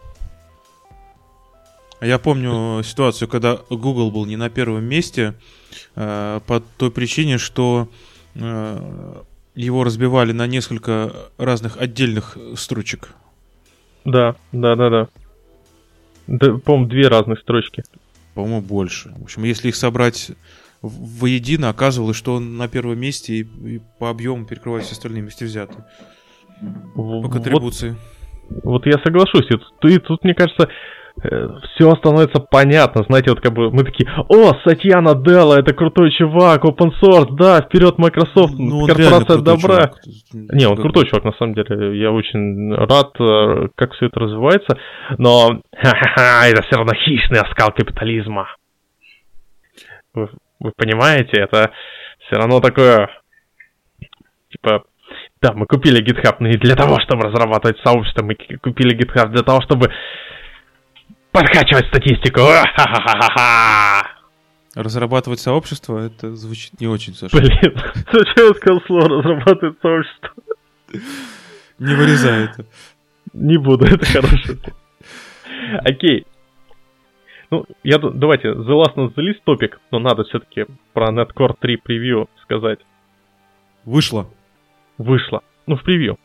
Speaker 1: Я помню ситуацию, когда Google был не на первом месте, по той причине, что его разбивали на несколько разных отдельных строчек.
Speaker 2: Да. По-моему, 2 разных строчки.
Speaker 1: По-моему, больше. В общем, если их собрать воедино, оказывалось, что он на первом месте и по объему перекрывает все остальные вместе взятые. По контрибуции.
Speaker 2: Вот я соглашусь. И тут, мне кажется, все становится понятно. Знаете, вот как бы мы такие: Сатья Наделла, это крутой чувак, open source, да, вперед Microsoft, корпорация добра. Не, он крутой чувак, на самом деле. Я очень рад, как все это развивается. Но это все равно хищный оскал капитализма. Вы понимаете, это все равно такое, да, мы купили GitHub не для того, чтобы разрабатывать сообщество, мы купили GitHub для того, чтобы подкачивать статистику.
Speaker 1: Разрабатывать сообщество, это звучит не очень, Саша.
Speaker 2: Блин, зачем я сказал слово разрабатывать сообщество?
Speaker 1: Не вырезай это.
Speaker 2: Не буду, это хорошее. Окей. Ну, давайте, the last on the list topic, но надо все-таки про Netcore 3 превью сказать.
Speaker 1: Вышло. Ну, в превью.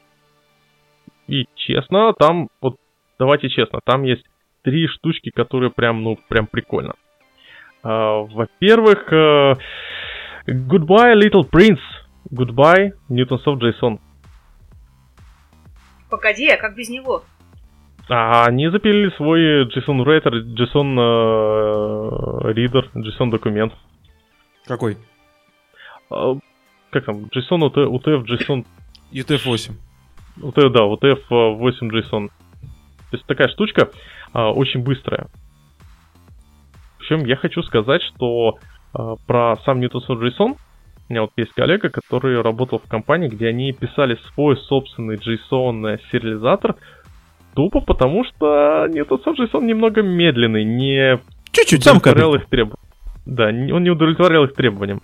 Speaker 1: И честно, там, вот, давайте честно, там есть 3 штучки, которые прям прикольно. Во-первых, Goodbye, Little Prince. Goodbye, Newtonsoft JSON.
Speaker 3: Погоди, а как без него?
Speaker 2: Они запилили свой JSON Writer, JSON Reader, JSON документ.
Speaker 1: Какой?
Speaker 2: Как там? JSON, UTF, JSON...
Speaker 1: UTF-8.
Speaker 2: UTF-8 JSON. То есть такая штучка очень быстрая. Причем я хочу сказать, что про сам Newtonsoft JSON у меня вот есть коллега, который работал в компании, где они писали свой собственный JSON-сериализатор, тупо потому, что Newtonsoft JSON немного медленный, не
Speaker 1: чуть-чуть
Speaker 2: удовлетворял их требованиям. Да, он не удовлетворял их требованиям.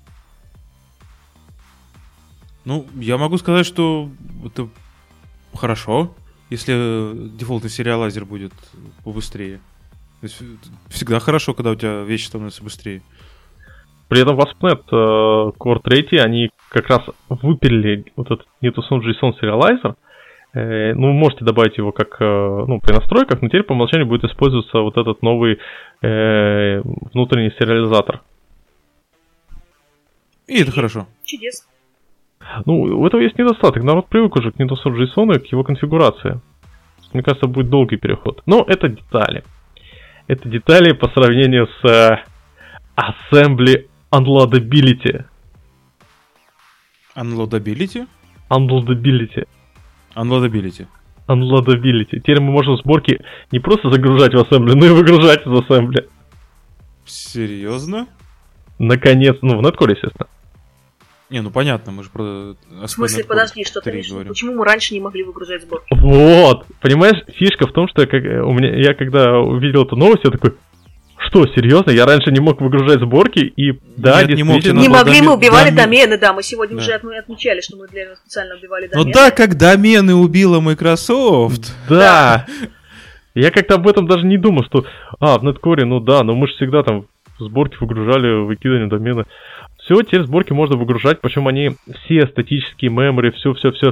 Speaker 1: Ну, я могу сказать, что это хорошо, если дефолтный сериалайзер будет побыстрее. То есть всегда хорошо, когда у тебя вещи становятся быстрее.
Speaker 2: При этом в ASP.NET Core 3 они как раз выпилили вот этот Newtonsoft JSON сериалайзер. Ну, вы можете добавить его как при настройках, но теперь по умолчанию будет использоваться вот этот новый внутренний сериализатор.
Speaker 1: И это хорошо.
Speaker 3: Чудесно.
Speaker 2: Ну, у этого есть недостаток. Народ привык уже к Newtonsoft JSON и к его конфигурации. Мне кажется, будет долгий переход. Но это детали. Это детали по сравнению с Assembly Unloadability.
Speaker 1: Unloadability?
Speaker 2: Unloadability. Теперь мы можем сборки не просто загружать в Assembly, но и выгружать из Assembly.
Speaker 1: Серьезно?
Speaker 2: Наконец, в Netcore, естественно.
Speaker 1: Не, ну понятно, мы же про...
Speaker 3: В смысле, подожди, что ты говоришь? Почему мы раньше не могли выгружать сборки?
Speaker 2: Вот, понимаешь, фишка в том, что я когда увидел эту новость, я такой, что, серьезно? Я раньше не мог выгружать сборки, и да,
Speaker 1: нет,
Speaker 2: действительно...
Speaker 3: Не могли, мы убивали домены, да, мы сегодня уже отмечали, что мы для этого специально убивали домены.
Speaker 1: Ну да, как домены убила Microsoft.
Speaker 2: Да, я как-то об этом даже не думал, что, в Netcore, но мы же всегда там сборки выгружали, выкидывали домены. Все, теперь сборки можно выгружать, причем они все статические мемори, все.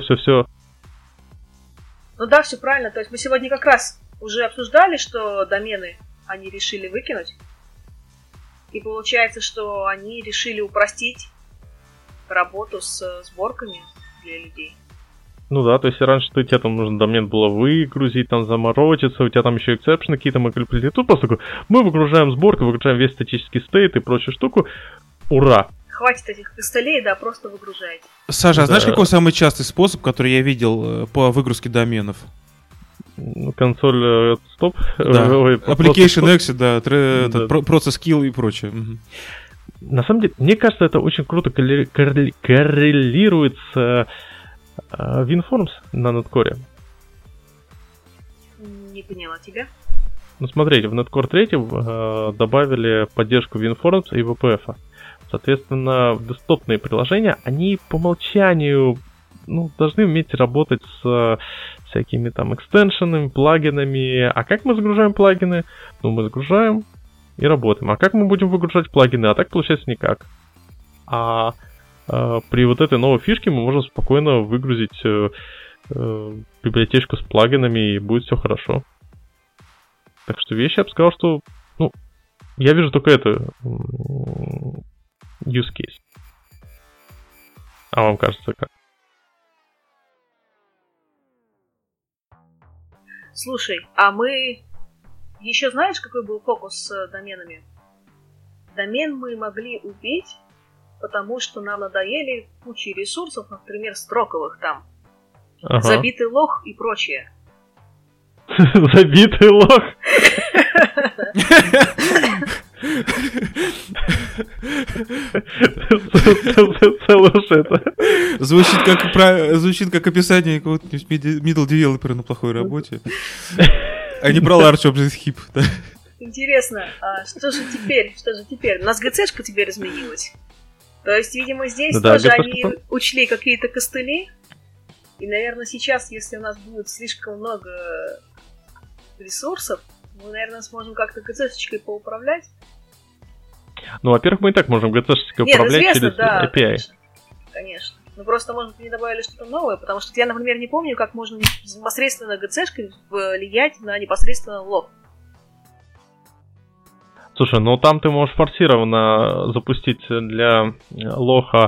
Speaker 3: Ну да, все правильно. То есть мы сегодня как раз уже обсуждали, что домены они решили выкинуть. И получается, что они решили упростить работу с сборками для людей.
Speaker 2: Ну да, то есть раньше тебе там нужно домен было выгрузить, там заморочиться, у тебя там еще эксепшены какие-то могли прилететь. Тут просто такой, мы выгружаем сборку, выгружаем весь статический стейт и прочую штуку. Ура!
Speaker 3: Хватит этих костылей, да, просто выгружайте.
Speaker 1: Саша, а знаешь, какой самый частый способ, который я видел по выгрузке доменов?
Speaker 2: Консоль стоп?
Speaker 1: Да. Application exit, да, process kill и прочее.
Speaker 2: На самом деле, мне кажется, это очень круто коррелирует с WinForms на Netcore.
Speaker 3: Не поняла тебя.
Speaker 2: Ну, смотрите, в Netcore 3 добавили поддержку WinForms и VPF. Соответственно, десктопные приложения, они по умолчанию должны уметь работать с всякими там экстеншенами, плагинами. А как мы загружаем плагины? Мы загружаем и работаем. А как мы будем выгружать плагины? А так получается никак. При вот этой новой фишке мы можем спокойно выгрузить библиотечку с плагинами, и будет все хорошо. Так что вещи, я бы сказал, что я вижу только это use case. А вам кажется как?
Speaker 3: Слушай, а мы... Еще знаешь, какой был фокус с доменами? Домен мы могли убить, потому что нам надоели куча ресурсов, например, строковых там. Ага. Забитый лох и прочее.
Speaker 2: Забитый лох?
Speaker 1: Звучит как описание какого-то middle девелопера на плохой работе. А не про large object heap.
Speaker 3: Интересно, а что же теперь? У нас ГЦшка теперь изменилась. То есть, видимо, здесь тоже они учли какие-то костыли. И, наверное, сейчас, если у нас будет слишком много ресурсов, Мы, наверное, сможем как-то ГЦ-шечкой поуправлять.
Speaker 2: Ну, во-первых, мы и так можем ГЦ-шечкой управлять
Speaker 3: известно,
Speaker 2: через
Speaker 3: да,
Speaker 2: API.
Speaker 3: Конечно. Ну, просто, может, не добавили что-то новое, потому что я, например, не помню, как можно непосредственно ГЦ-шкой влиять на непосредственно лог.
Speaker 2: Слушай, ну там ты можешь форсированно запустить для лоха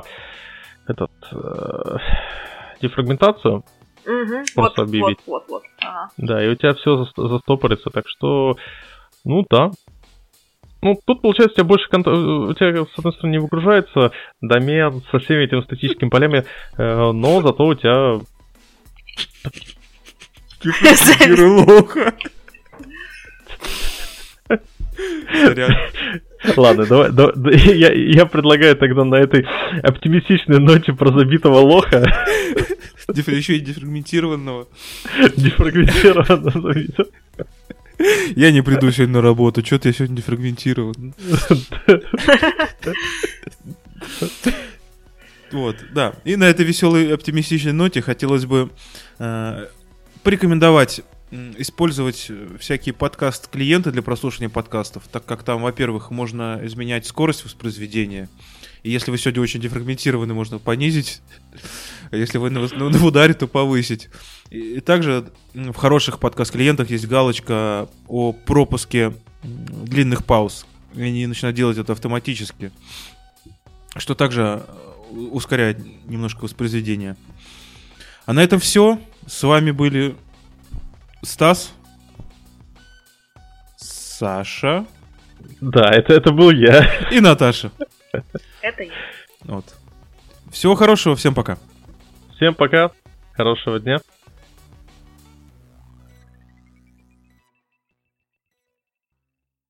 Speaker 2: дефрагментацию. Просто объявить.
Speaker 3: Вот. Ага.
Speaker 2: Да, и у тебя все застопорится, так что, ну да. Ну, тут, получается, у тебя больше у тебя, с одной стороны, не выгружается домен со всеми этими статическими полями, но зато у тебя...
Speaker 1: лоха.
Speaker 2: Ладно, давай, я предлагаю тогда на этой оптимистичной ноте про забитого лоха.
Speaker 1: Еще и дефрагментированного.
Speaker 2: Дефрагментированного забитого.
Speaker 1: Я не приду сегодня на работу, что-то я сегодня дефрагментирован. Вот, да. И на этой веселой оптимистичной ноте хотелось бы порекомендовать использовать всякие подкаст-клиенты для прослушивания подкастов, так как там, во-первых, можно изменять скорость воспроизведения, и если вы сегодня очень дефрагментированы, можно понизить, а если вы в ударе, то повысить. И также в хороших подкаст-клиентах есть галочка о пропуске длинных пауз, и они начинают делать это автоматически, что также ускоряет немножко воспроизведение. А на этом все. С вами были Стас, Саша.
Speaker 2: Да, это был я.
Speaker 1: И Наташа.
Speaker 3: Это я.
Speaker 1: Вот. Всего хорошего, всем пока.
Speaker 2: Всем пока, хорошего дня.